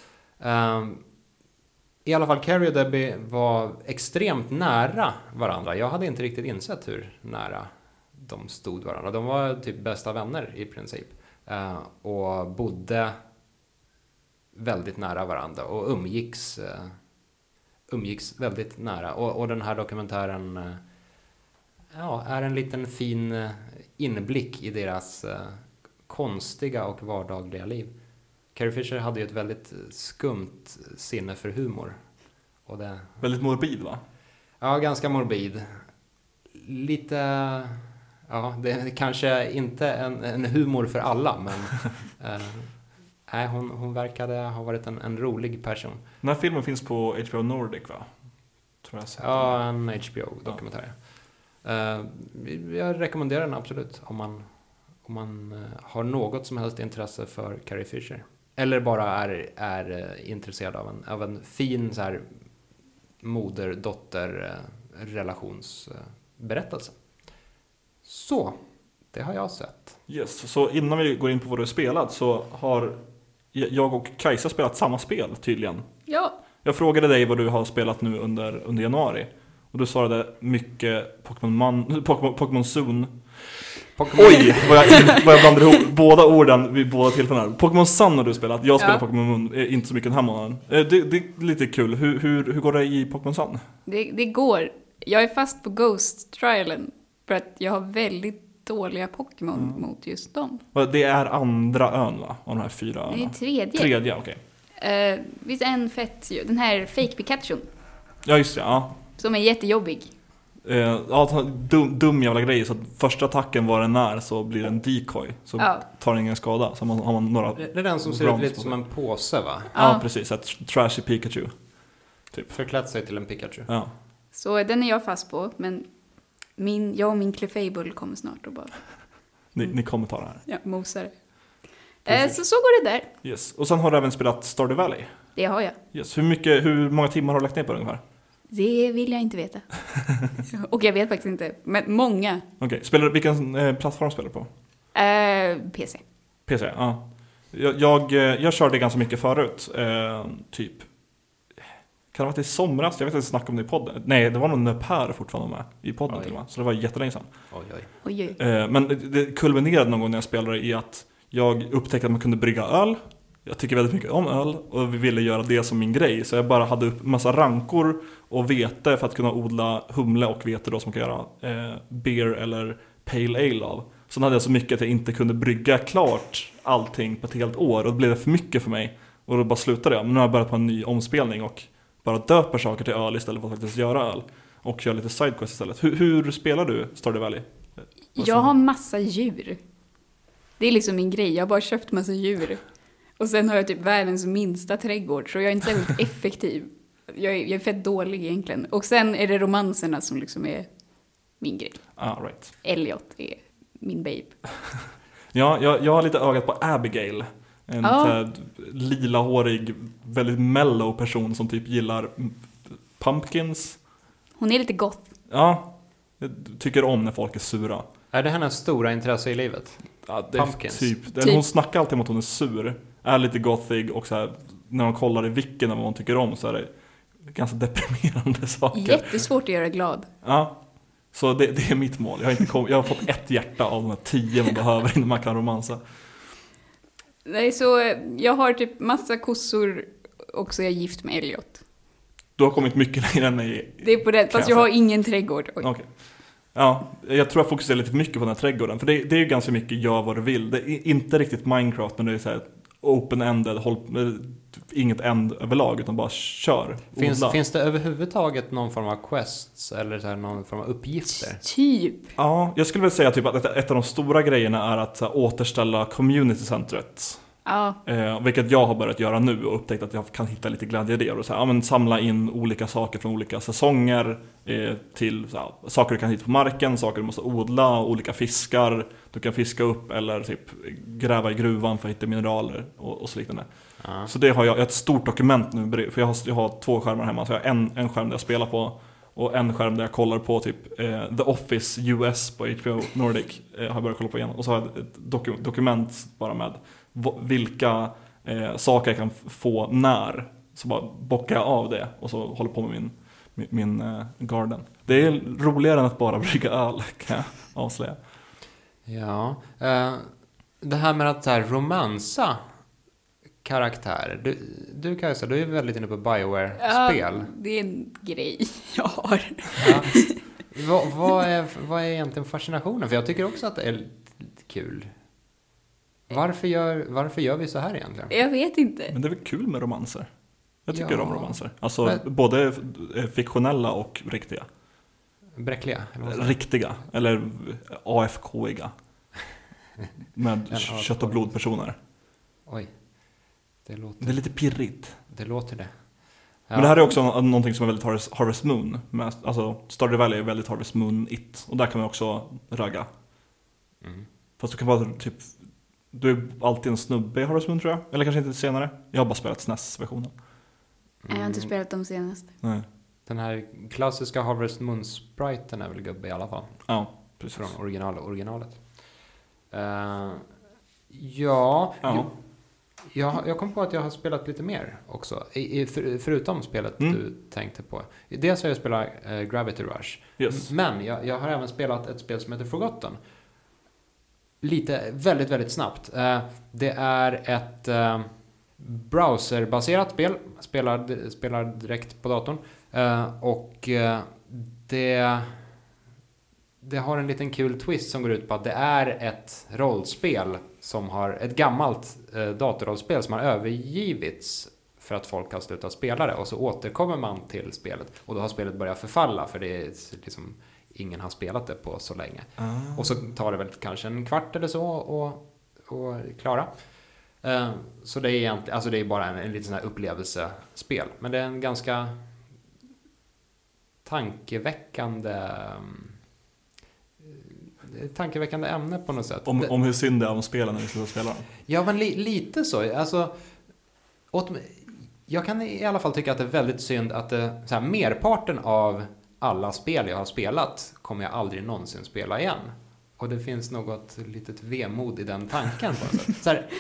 I alla fall, Carrie och Debbie var extremt nära varandra. Jag hade inte riktigt insett hur nära de stod varandra. De var typ bästa vänner i princip. Och bodde väldigt nära varandra och umgicks väldigt nära. Och den här dokumentären är en liten fin inblick i deras konstiga och vardagliga liv. Carrie Fisher hade ju ett väldigt skumt sinne för humor. Och det... Väldigt morbid, va? Ja, ganska morbid. Lite... Ja, det är kanske inte en humor för alla, men... hon verkade ha varit en rolig person. Den här filmen finns på HBO Nordic, va? Tror jag. Ja, en HBO-dokumentär. Jag rekommenderar den absolut om man har något som helst intresse för Carrie Fisher. Eller bara är intresserad av en fin så här moder-dotter-relationsberättelse. Så, det har jag sett. Yes, så innan vi går in på vad du har spelat så har jag och Kajsa spelat samma spel tydligen. Ja. Jag frågade dig vad du har spelat nu under januari. Och du svarade mycket Pokémon Sun. Oj, vad jag blandade ihop båda orden vid båda tillfällena. Pokémon Sun har du spelat. Jag spelar Pokémon Moon, inte så mycket den här månaden. Det är lite kul. Hur går det i Pokémon Sun? Det går. Jag är fast på Ghost-trialen för att jag har väldigt dåliga Pokémon mot just dem. Det är andra ön, va? Av de här 4 öarna. Det är tredje. Tredje, okej. Visst en fett ju. Den här fake Pikachu. Ja, just det, ja. Som är jättejobbig. Dum jävla grej. Så att första attacken var den när så blir det en decoy. Så tar den ingen skada. Så har man några... Det är den som ser ut lite som en påse, va? Ja, precis. Ett trashy Pikachu. Typ. Förklätt sig till en Pikachu. Ja. Så den är jag fast på. Men jag och min Clefable kommer snart och bara... Ni kommer ta det här. Ja, mosar. Så går det där. Yes. Och sen har du även spelat Stardew Valley. Det har jag. Yes. Hur många timmar har du lagt ner på det ungefär? Det vill jag inte veta. Och jag vet faktiskt inte. Men många. Okej, vilken plattform spelar du på? PC. PC, ja. Jag körde ganska mycket förut. Typ. Kan det ha varit i somras? Jag vet inte, snacka om det i podden. Nej, det var nog Nöpär fortfarande med i podden till och med. Så det var jättelänge sedan. Oj. Men det kulminerade någon gång när jag spelade i att jag upptäckte att man kunde brygga öl. Jag tycker väldigt mycket om öl och vi ville göra det som min grej. Så jag bara hade upp massa rankor och vete för att kunna odla humle och vete då som kan göra beer eller pale ale av. Sen hade jag så mycket att jag inte kunde brygga klart allting på ett helt år. Och då blev det för mycket för mig. Och då bara slutade jag. Men nu har jag börjat på en ny omspelning och bara döper saker till öl istället för att faktiskt göra öl. Och kör lite sidequest istället. Hur spelar du Stardew Valley? Jag har massa djur. Det är liksom min grej. Jag har bara köpt massa djur. Och sen har jag typ världens minsta trädgård. Så jag är inte särskilt effektiv. Jag är fett dålig egentligen. Och sen är det romanserna som liksom är min grej. Right. Elliot är min babe. Ja, jag har lite ögat på Abigail. En lilahårig, väldigt mellow person som typ gillar pumpkins. Hon är lite goth. Ja, jag tycker om när folk är sura. Är det hennes stora intresse i livet? Ja, det Pumpkins? typ. Hon snackar alltid om att hon är sur. Är lite gothig och så här, när man kollar i vilken av vad hon tycker om så är det ganska deprimerande saker. Jättesvårt att göra glad. Ja, så det är mitt mål. Jag har fått ett hjärta av de här 10 man behöver innan man kan romansa. Nej, så jag har typ massa kossor och så är jag gift med Elliot. Du har kommit mycket längre än mig. Det är på det, fast jag har ingen trädgård. Okay. Ja, jag tror jag fokuserar lite för mycket på den här trädgården. För det är ju ganska mycket gör vad du vill. Det är inte riktigt Minecraft, men det är så här open-ended, inget end överlag, utan bara kör. Finns det överhuvudtaget någon form av quests eller så här, någon form av uppgifter? Typ. Ja, jag skulle väl säga typ att ett av de stora grejerna är att så här, återställa community-centret. Ja. Vilket jag har börjat göra nu och upptäckt att jag kan hitta lite glädje i det. Och så här, men samla in olika saker från olika säsonger till så här, saker du kan hitta på marken, saker du måste odla, olika fiskar du kan fiska upp eller typ gräva i gruvan för att hitta mineraler och så liknande. Så det har jag ett stort dokument nu, för jag har 2 skärmar hemma. Så jag har en skärm där jag spelar på och en skärm där jag kollar på typ The Office US på HBO Nordic har jag börjat kolla på igen. Och så har jag ett dokument bara med vilka saker jag kan få när. Så bara bockar jag av det och så håller på med min garden. Det är roligare än att bara brygga öl, kan jag avslöja. Ja, det här med att här, romansa karaktärer. Du Kajsa, du är väldigt inne på BioWare-spel. Ja, det är en grej jag har. Ja. Vad är egentligen fascinationen? För jag tycker också att det är lite kul. Varför gör vi så här egentligen? Jag vet inte. Men det är väl kul med romanser? Jag tycker om romanser. Alltså men, både fiktionella och riktiga. Bräckliga? Riktiga, eller AFK-iga. Med kött och blodpersoner. Oj. Det är lite pirrigt. Det låter det. Ja. Men det här är också någonting som är väldigt Harvest Moon. Alltså Stardew Valley är väldigt Harvest Moon-igt. Och där kan man också ragga. Fast du kan vara typ... Du är alltid en snubbe i Harvest Moon, tror jag. Eller kanske inte senare. Jag har bara spelat SNES-versionen. Jag har inte spelat de senaste. Nej. Den här klassiska Harvest Moon-spriten är väl gubbe i alla fall. Ja, precis. Från originalet. Ja. Jag kom på att jag har spelat lite mer också. Förutom spelet du tänkte på. Dels har jag spelat Gravity Rush. Yes. Men jag har även spelat ett spel som heter Forgotten. Väldigt, väldigt snabbt. Det är ett browserbaserat spel. Spelar direkt på datorn. Och det har en liten kul twist som går ut på att det är ett rollspel som har ett gammalt datorrollspel som har övergivits för att folk har slutat spela det. Och så återkommer man till spelet. Och då har spelet börjat förfalla för det är liksom ingen har spelat det på så länge. Och så tar det väl kanske en kvart eller så och klara. Så det är egentligen, alltså det är bara en liten sån här upplevelsespel. Men det är en ganska tankeväckande ämne på något sätt. Om hur synd det är om spelen när vi ska spela dem. Ja, men lite så. Alltså, jag kan i alla fall tycka att det är väldigt synd att så här, merparten av alla spel jag har spelat kommer jag aldrig någonsin spela igen. Och det finns något litet vemod i den tanken på något sätt. Så här,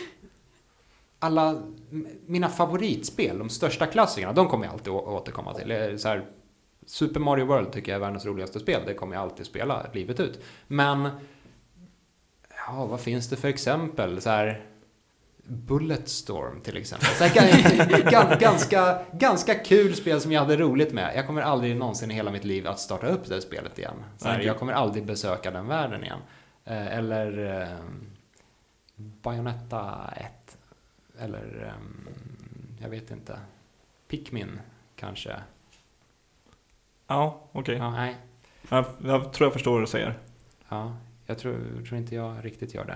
mina favoritspel, de största klassikerna, de kommer jag alltid återkomma till. Så här, Super Mario World tycker jag är världens roligaste spel. Det kommer jag alltid spela livet ut. Men ja, vad finns det för exempel? Så här, Bulletstorm till exempel. Så här, ganska kul spel som jag hade roligt med. Jag kommer aldrig någonsin i hela mitt liv att starta upp det spelet igen. Så här, jag kommer aldrig besöka den världen igen. Eller Bayonetta 1. Eller jag vet inte. Pikmin kanske. Ja, okej. Ja, nej. Jag tror jag förstår vad du säger. Ja, jag tror inte jag riktigt gör det.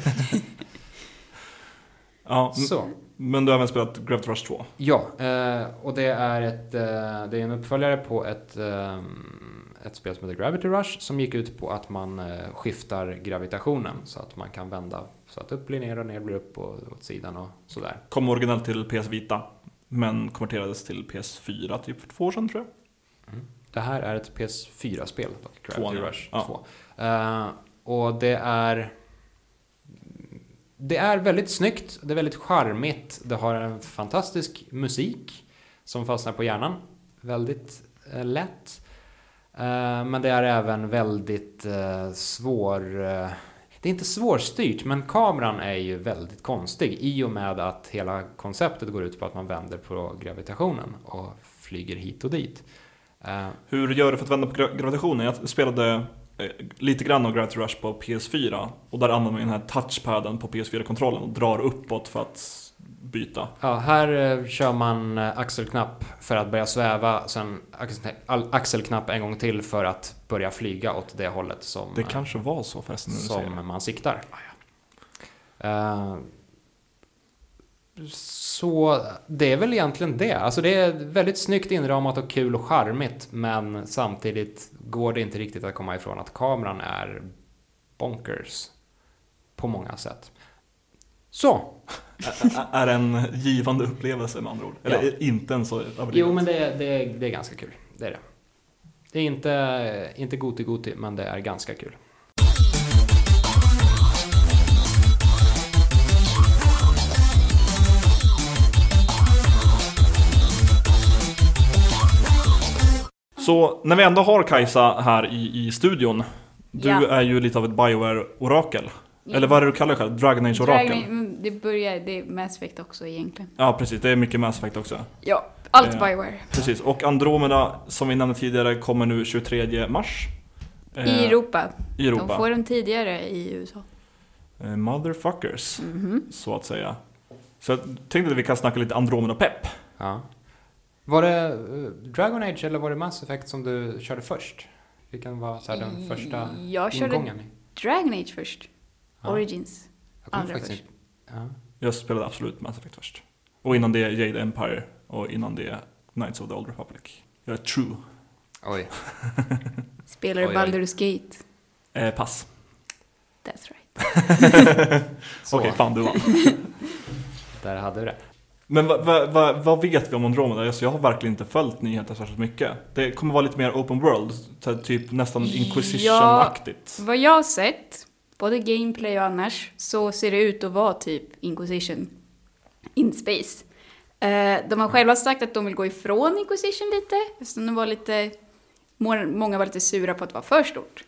Ja, Så. Men du har även spelat Gravity Rush 2? Ja, och det är en uppföljare på ett spel som heter Gravity Rush som gick ut på att man skiftar gravitationen så att man kan vända så att upp blir ner och ner blir upp och åt sidan och sådär. Kom originellt till PS Vita men konverterades till PS4 typ för 2 år sedan tror jag. Det här är ett PS4-spel, Gravity Rush 2. Ja. Och det är väldigt snyggt, det är väldigt charmigt, det har en fantastisk musik som fastnar på hjärnan, väldigt lätt. Men det är även väldigt det är inte svårstyrt, men kameran är ju väldigt konstig i och med att hela konceptet går ut på att man vänder på gravitationen och flyger hit och dit. Hur gör du för att vända på gravitationen? Jag spelade lite grann av Gravity Rush på PS4 och där använder man den här touchpaden på PS4-kontrollen och drar uppåt för att byta. Ja, här kör man axelknapp för att börja sväva, sen axelknapp en gång till för att börja flyga åt det hållet som det kanske var så förresten som man siktar. Så det är väl egentligen det. Alltså det är väldigt snyggt inramat och kul och charmigt, men samtidigt går det inte riktigt att komma ifrån att kameran är bonkers på många sätt. Så. Är en givande upplevelse med andra ord? Eller ja. Inte en så överdrivet? Jo, men det är ganska kul. Det är det. Det är inte goti, men det är ganska kul. Så när vi ändå har Kajsa här i studion, du är ju lite av ett BioWare-orakel. Ja. Eller vad är det du kallar dig själv? Dragon Age-orakel? Det är Mass Effect också egentligen. Ja, precis. Det är mycket Mass Effect också. Ja, allt BioWare. Precis. Och Andromeda, som vi nämnde tidigare, kommer nu 23 mars. I Europa. I Europa. De får den tidigare i USA. Motherfuckers, så att säga. Så jag tänkte att vi kan snacka lite Andromeda-pepp. Ja. Var det Dragon Age eller var det Mass Effect som du körde först? Vilken var så här den första jag ingången? Körde Dragon Age först. Ja. Origins. Andra först. Ja. Jag spelade absolut Mass Effect först. Och innan det Jade Empire. Och innan det Knights of the Old Republic. Jag är true. Oj. Spelar du Baldur's Gate? Pass. That's right. Okej, fan du vann. Där hade vi det. Men vad vet vi om Andromeda? Alltså, jag har verkligen inte följt nyheter särskilt mycket. Det kommer vara lite mer open world, typ nästan Inquisition-aktigt. Ja, vad jag har sett, både gameplay och annars, så ser det ut att vara typ Inquisition in space. De har själva sagt att de vill gå ifrån Inquisition lite, eftersom de var lite, många var lite sura på att det var för stort.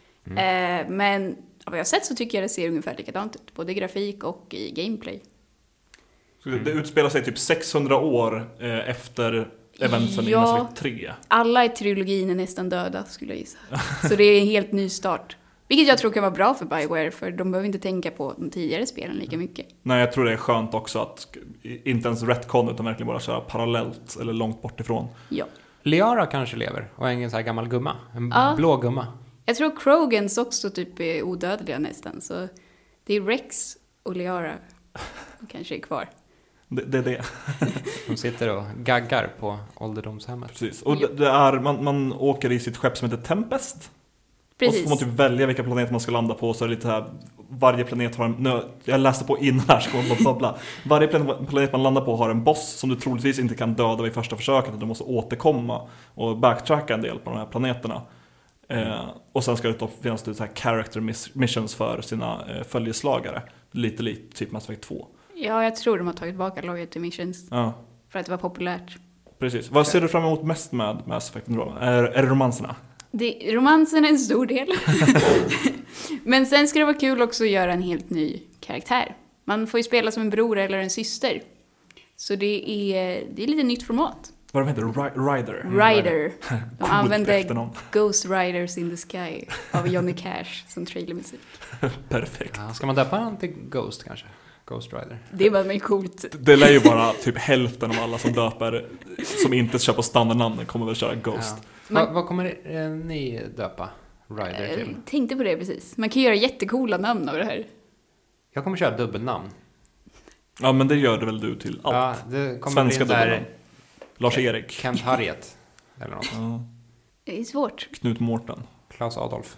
Men av vad jag har sett så tycker jag det ser ungefär likadant ut, både grafik och i gameplay. Det utspelar sig typ 600 år efter eventen i Mass Effect 3. Alla i trilogin är nästan döda, skulle jag gissa. Så det är en helt ny start. Vilket jag tror kan vara bra för BioWare, för de behöver inte tänka på de tidigare spelen lika mycket. Nej, jag tror det är skönt också att inte ens retcon utan verkligen bara köra parallellt eller långt bort ifrån. Ja. Liara kanske lever och är en sån här gammal gumma. En blå gumma. Jag tror Krogans också typ är odödliga nästan. Så det är Rex och Liara som kanske är kvar. Det är det. De sitter och gaggar på ålderdomshemmet. Precis. Och det är, man åker i sitt skepp som heter Tempest. Precis. Och så får man typ välja vilka planeter man ska landa på. Så är det lite här, varje planet har jag läste på innan här, så man babbla. Varje planet man landar på har en boss som du troligtvis inte kan döda vid första försöket. Du måste återkomma och backtracka en del på de här planeterna. Och sen ska det då finnas det så här character missions för sina följeslagare. Lite typ Mass Effect 2. Ja, jag tror de har tagit tillbaka Loyalty Missions. Ja. För att det var populärt. Precis. Vad ser du fram emot mest med Mass Effect? Är det romanserna? Romansen är en stor del. Men sen ska det vara kul också att göra en helt ny karaktär. Man får ju spela som en bror eller en syster. Så det är lite nytt format. Vad de heter? Rider? Rider. De använde Ghost Riders in the Sky av Johnny Cash som trailermusik. Perfekt. Ja, ska man döpa den till Ghost kanske? Ghost Rider. Det var mig coolt. Det lär ju bara typ hälften av alla som döper, som inte kör på standardnamnen, kommer väl köra Ghost. Ja. Vad kommer ni döpa Rider till? Tänkte på det precis. Man kan göra jättecoola namn av det här. Jag kommer köra dubbelnamn. Ja, men det gör det väl du till allt. Ja, det kommer Svenska bli där dubbelnamn. Lars-Erik. Kent Harriet. Eller något. Ja. Det är svårt. Knut Mårten. Klaus Adolf.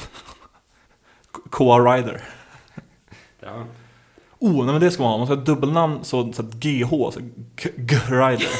K.A. Rider. Ja. Nej, men det ska man ha. Man ska ha dubbelnamn så att GH, så G-Rider.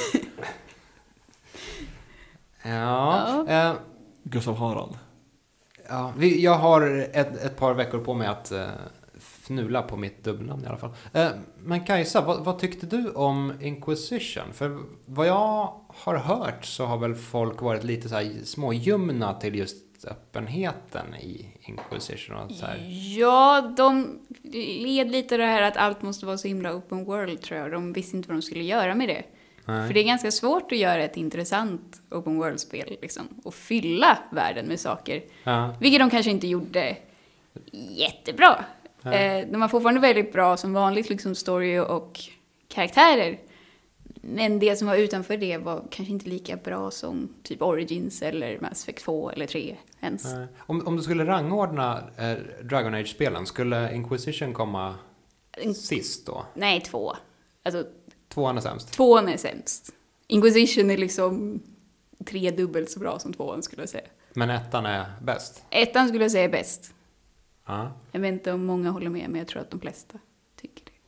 Ja. Gustav Harald. Ja, jag har ett par veckor på mig att fnula på mitt dubbelnamn i alla fall. Men Kajsa, vad tyckte du om Inquisition? För vad jag har hört så har väl folk varit lite så här småljumna till just öppenheten i Inquisition och så här. Ja, de led lite det här att allt måste vara så himla open world, tror jag. De visste inte vad de skulle göra med det. Nej. För det är ganska svårt att göra ett intressant open world-spel liksom, och fylla världen med saker. Ja. Vilket de kanske inte gjorde jättebra. De har fortfarande väldigt bra som vanligt liksom, story och karaktärer. Men det som var utanför det var kanske inte lika bra som typ Origins eller Mass Effect 2 eller 3 ens. Om du skulle rangordna Dragon Age-spelen, skulle Inquisition komma sist då? Nej, 2. Alltså, 2 är sämst. 2 är sämst. Inquisition är liksom 3 dubbelt så bra som 2 skulle jag säga. Men 1 är bäst? 1 skulle jag säga är bäst. Ja. Jag vet inte om många håller med, men jag tror att de flesta tycker det.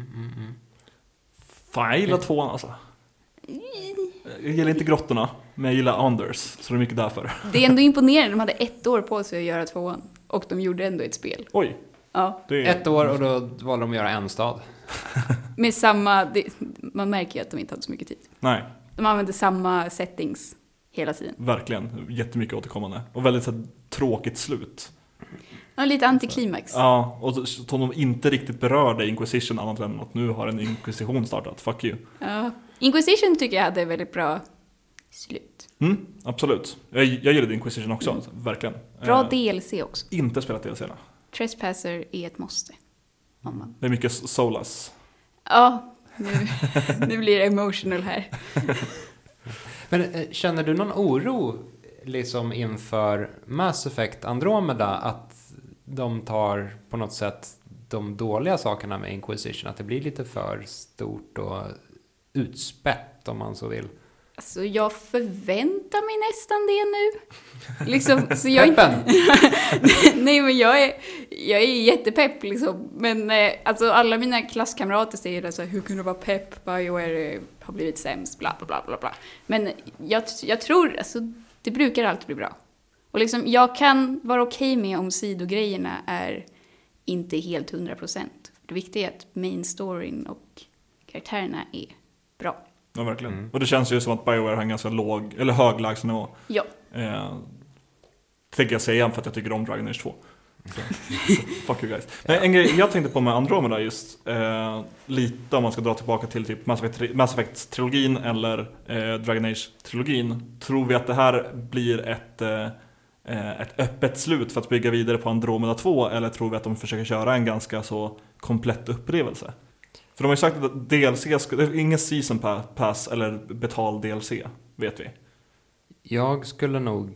Fan, jag gillar 2 alltså. Jag gillar inte grottorna, men jag gillar Anders, så det är mycket därför. Det är ändå imponerande. De hade 1 år på sig att göra 2 och de gjorde ändå ett spel. Oj. Ja. Det är... 1 år och då valde de att göra en stad. Med samma... man märker ju att de inte hade så mycket tid. Nej. De använde samma settings hela tiden. Verkligen, jättemycket återkommande. Och väldigt så här, tråkigt slut. Ja, lite antiklimax. Ja, och som de inte riktigt berörde Inquisition annat än att nu har en Inquisition startat. Fuck you. Ja. Inquisition tycker jag hade väldigt bra slut. Absolut. Jag gillade Inquisition också, alltså, verkligen. Bra DLC också. Inte spelat DLC-erna. Trespasser är ett måste. Det är mycket Solas. Ja, nu blir det emotional här. Men känner du någon oro liksom inför Mass Effect Andromeda att de tar på något sätt de dåliga sakerna med Inquisition, att det blir lite för stort och utspätt om man så vill? Alltså jag förväntar mig nästan det nu. Liksom, så jag inte... Nej, men jag är jättepepp liksom. Men alltså alla mina klasskamrater säger alltså, hur kunde det vara pepp? BioWare har blivit sämst, bla bla bla bla bla. Men jag tror, alltså det brukar alltid bli bra. Och liksom, jag kan vara okej med om sidogrejerna är inte helt 100%. Det viktiga är att main storyn och karaktärerna är bra. Ja, verkligen. Och det känns ju som att BioWare har en ganska låg, eller hög lägstanivå. Ja. Tänker jag säga för att jag tycker om Dragon Age 2. Så, fuck you guys. Men en grej jag tänkte på med Andromeda just, lite om man ska dra tillbaka till typ Mass Effect-trilogin eller Dragon Age-trilogin. Tror vi att det här blir ett öppet slut för att bygga vidare på Andromeda 2, eller tror vi att de försöker köra en ganska så komplett upplevelse? För de har ju sagt att DLC, det är ingen season pass eller betal DLC, vet vi. Jag skulle nog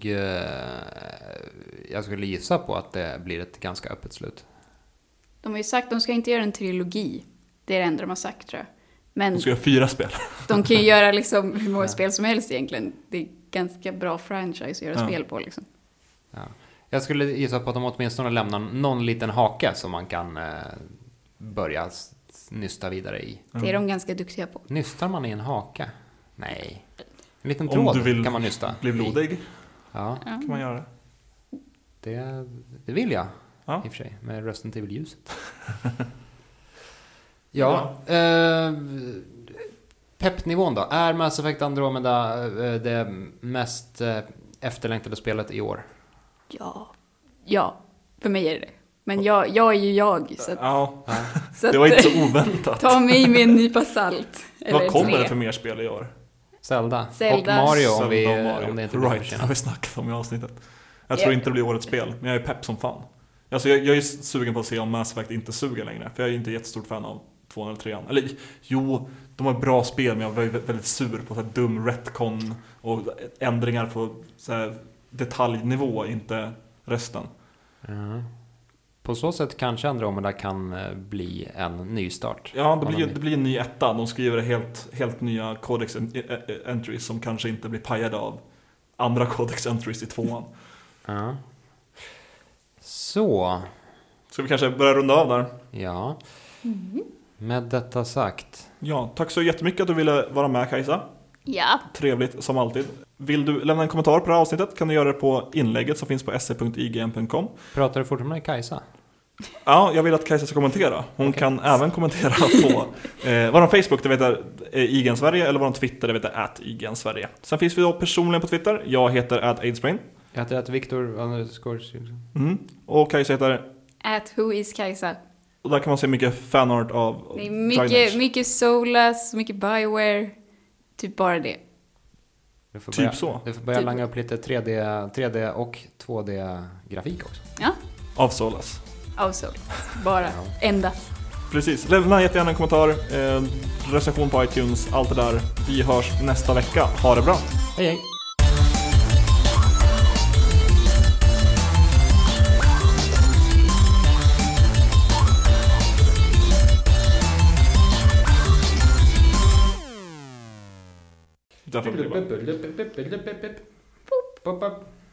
gissa på att det blir ett ganska öppet slut. De har ju sagt att de ska inte göra en trilogi. Det är det enda de har sagt, tror jag. Men de ska göra 4 spel. De kan ju göra liksom hur många spel som helst egentligen. Det är ganska bra franchise att göra spel på liksom. Ja. Jag skulle gissa på att de åtminstone lämnar någon liten hake som man kan börja nysta vidare i. Det är de ganska duktiga på. Nystar man i en haka? Nej. En liten Om tråd du vill kan man nysta. Bli blodig Ja, kan man göra det. det vill jag. Ja. I och för sig, med rösten till ljuset. Peppnivån då? Är Mass Effect Andromeda det mest efterlängtade spelet i år? Ja, för mig är det. Men jag är ju jag, så att, Ja, så det var att, inte så oväntat. ta mig med en nypa salt. Vad kommer 3. det för mer spel i år? Zelda. Zelda. Och Mario om Mario. det inte blir Right, det har för vi snackat om i avsnittet. Jag tror inte det blir årets spel, men jag är pepp som fan. Alltså jag är sugen på att se om Mass Effect inte suger längre. För jag är inte jättestort fan av 2 eller 3. Eller jo, de har bra spel, men jag var väldigt sur på så här dum retcon och ändringar på så här detaljnivå, inte resten. Ja. På så sätt kanske Andromeda kan bli en nystart. Ja, det blir en ny etta. De skriver helt nya codex entries som kanske inte blir pajade av andra codex entries i 2:an. Ja. Så. Ska vi kanske börja runda av där? Ja. Med detta sagt. Ja, tack så jättemycket att du ville vara med, Kajsa. Ja, Trevligt som alltid. Vill du lämna en kommentar på det här avsnittet kan du göra det på inlägget som finns på se.ign.com. Pratar du fortfarande med Kajsa? Ja, jag vill att Kajsa ska kommentera. Hon kan även kommentera på vår Facebook, det heter IGN Sverige, eller vår Twitter, det heter @IGN Sverige. Sen finns vi då personligen på Twitter. Jag heter @aidsbrain. Jag heter Victor Och Kajsa heter... @whoiskajsa. Och där kan man se mycket fanart av Det är Dragon Age. mycket Solas, mycket Bioware. Typ bara det. Typ så. Du får börja Typ. langa upp lite 3D och 2D-grafik också. Ja, Av Solas. av Solas. Bara, endast. Precis, lämna jättegärna en kommentar, recension på iTunes, allt det där. Vi hörs nästa vecka. Ha det bra! Hej hej! Därför blir det bara...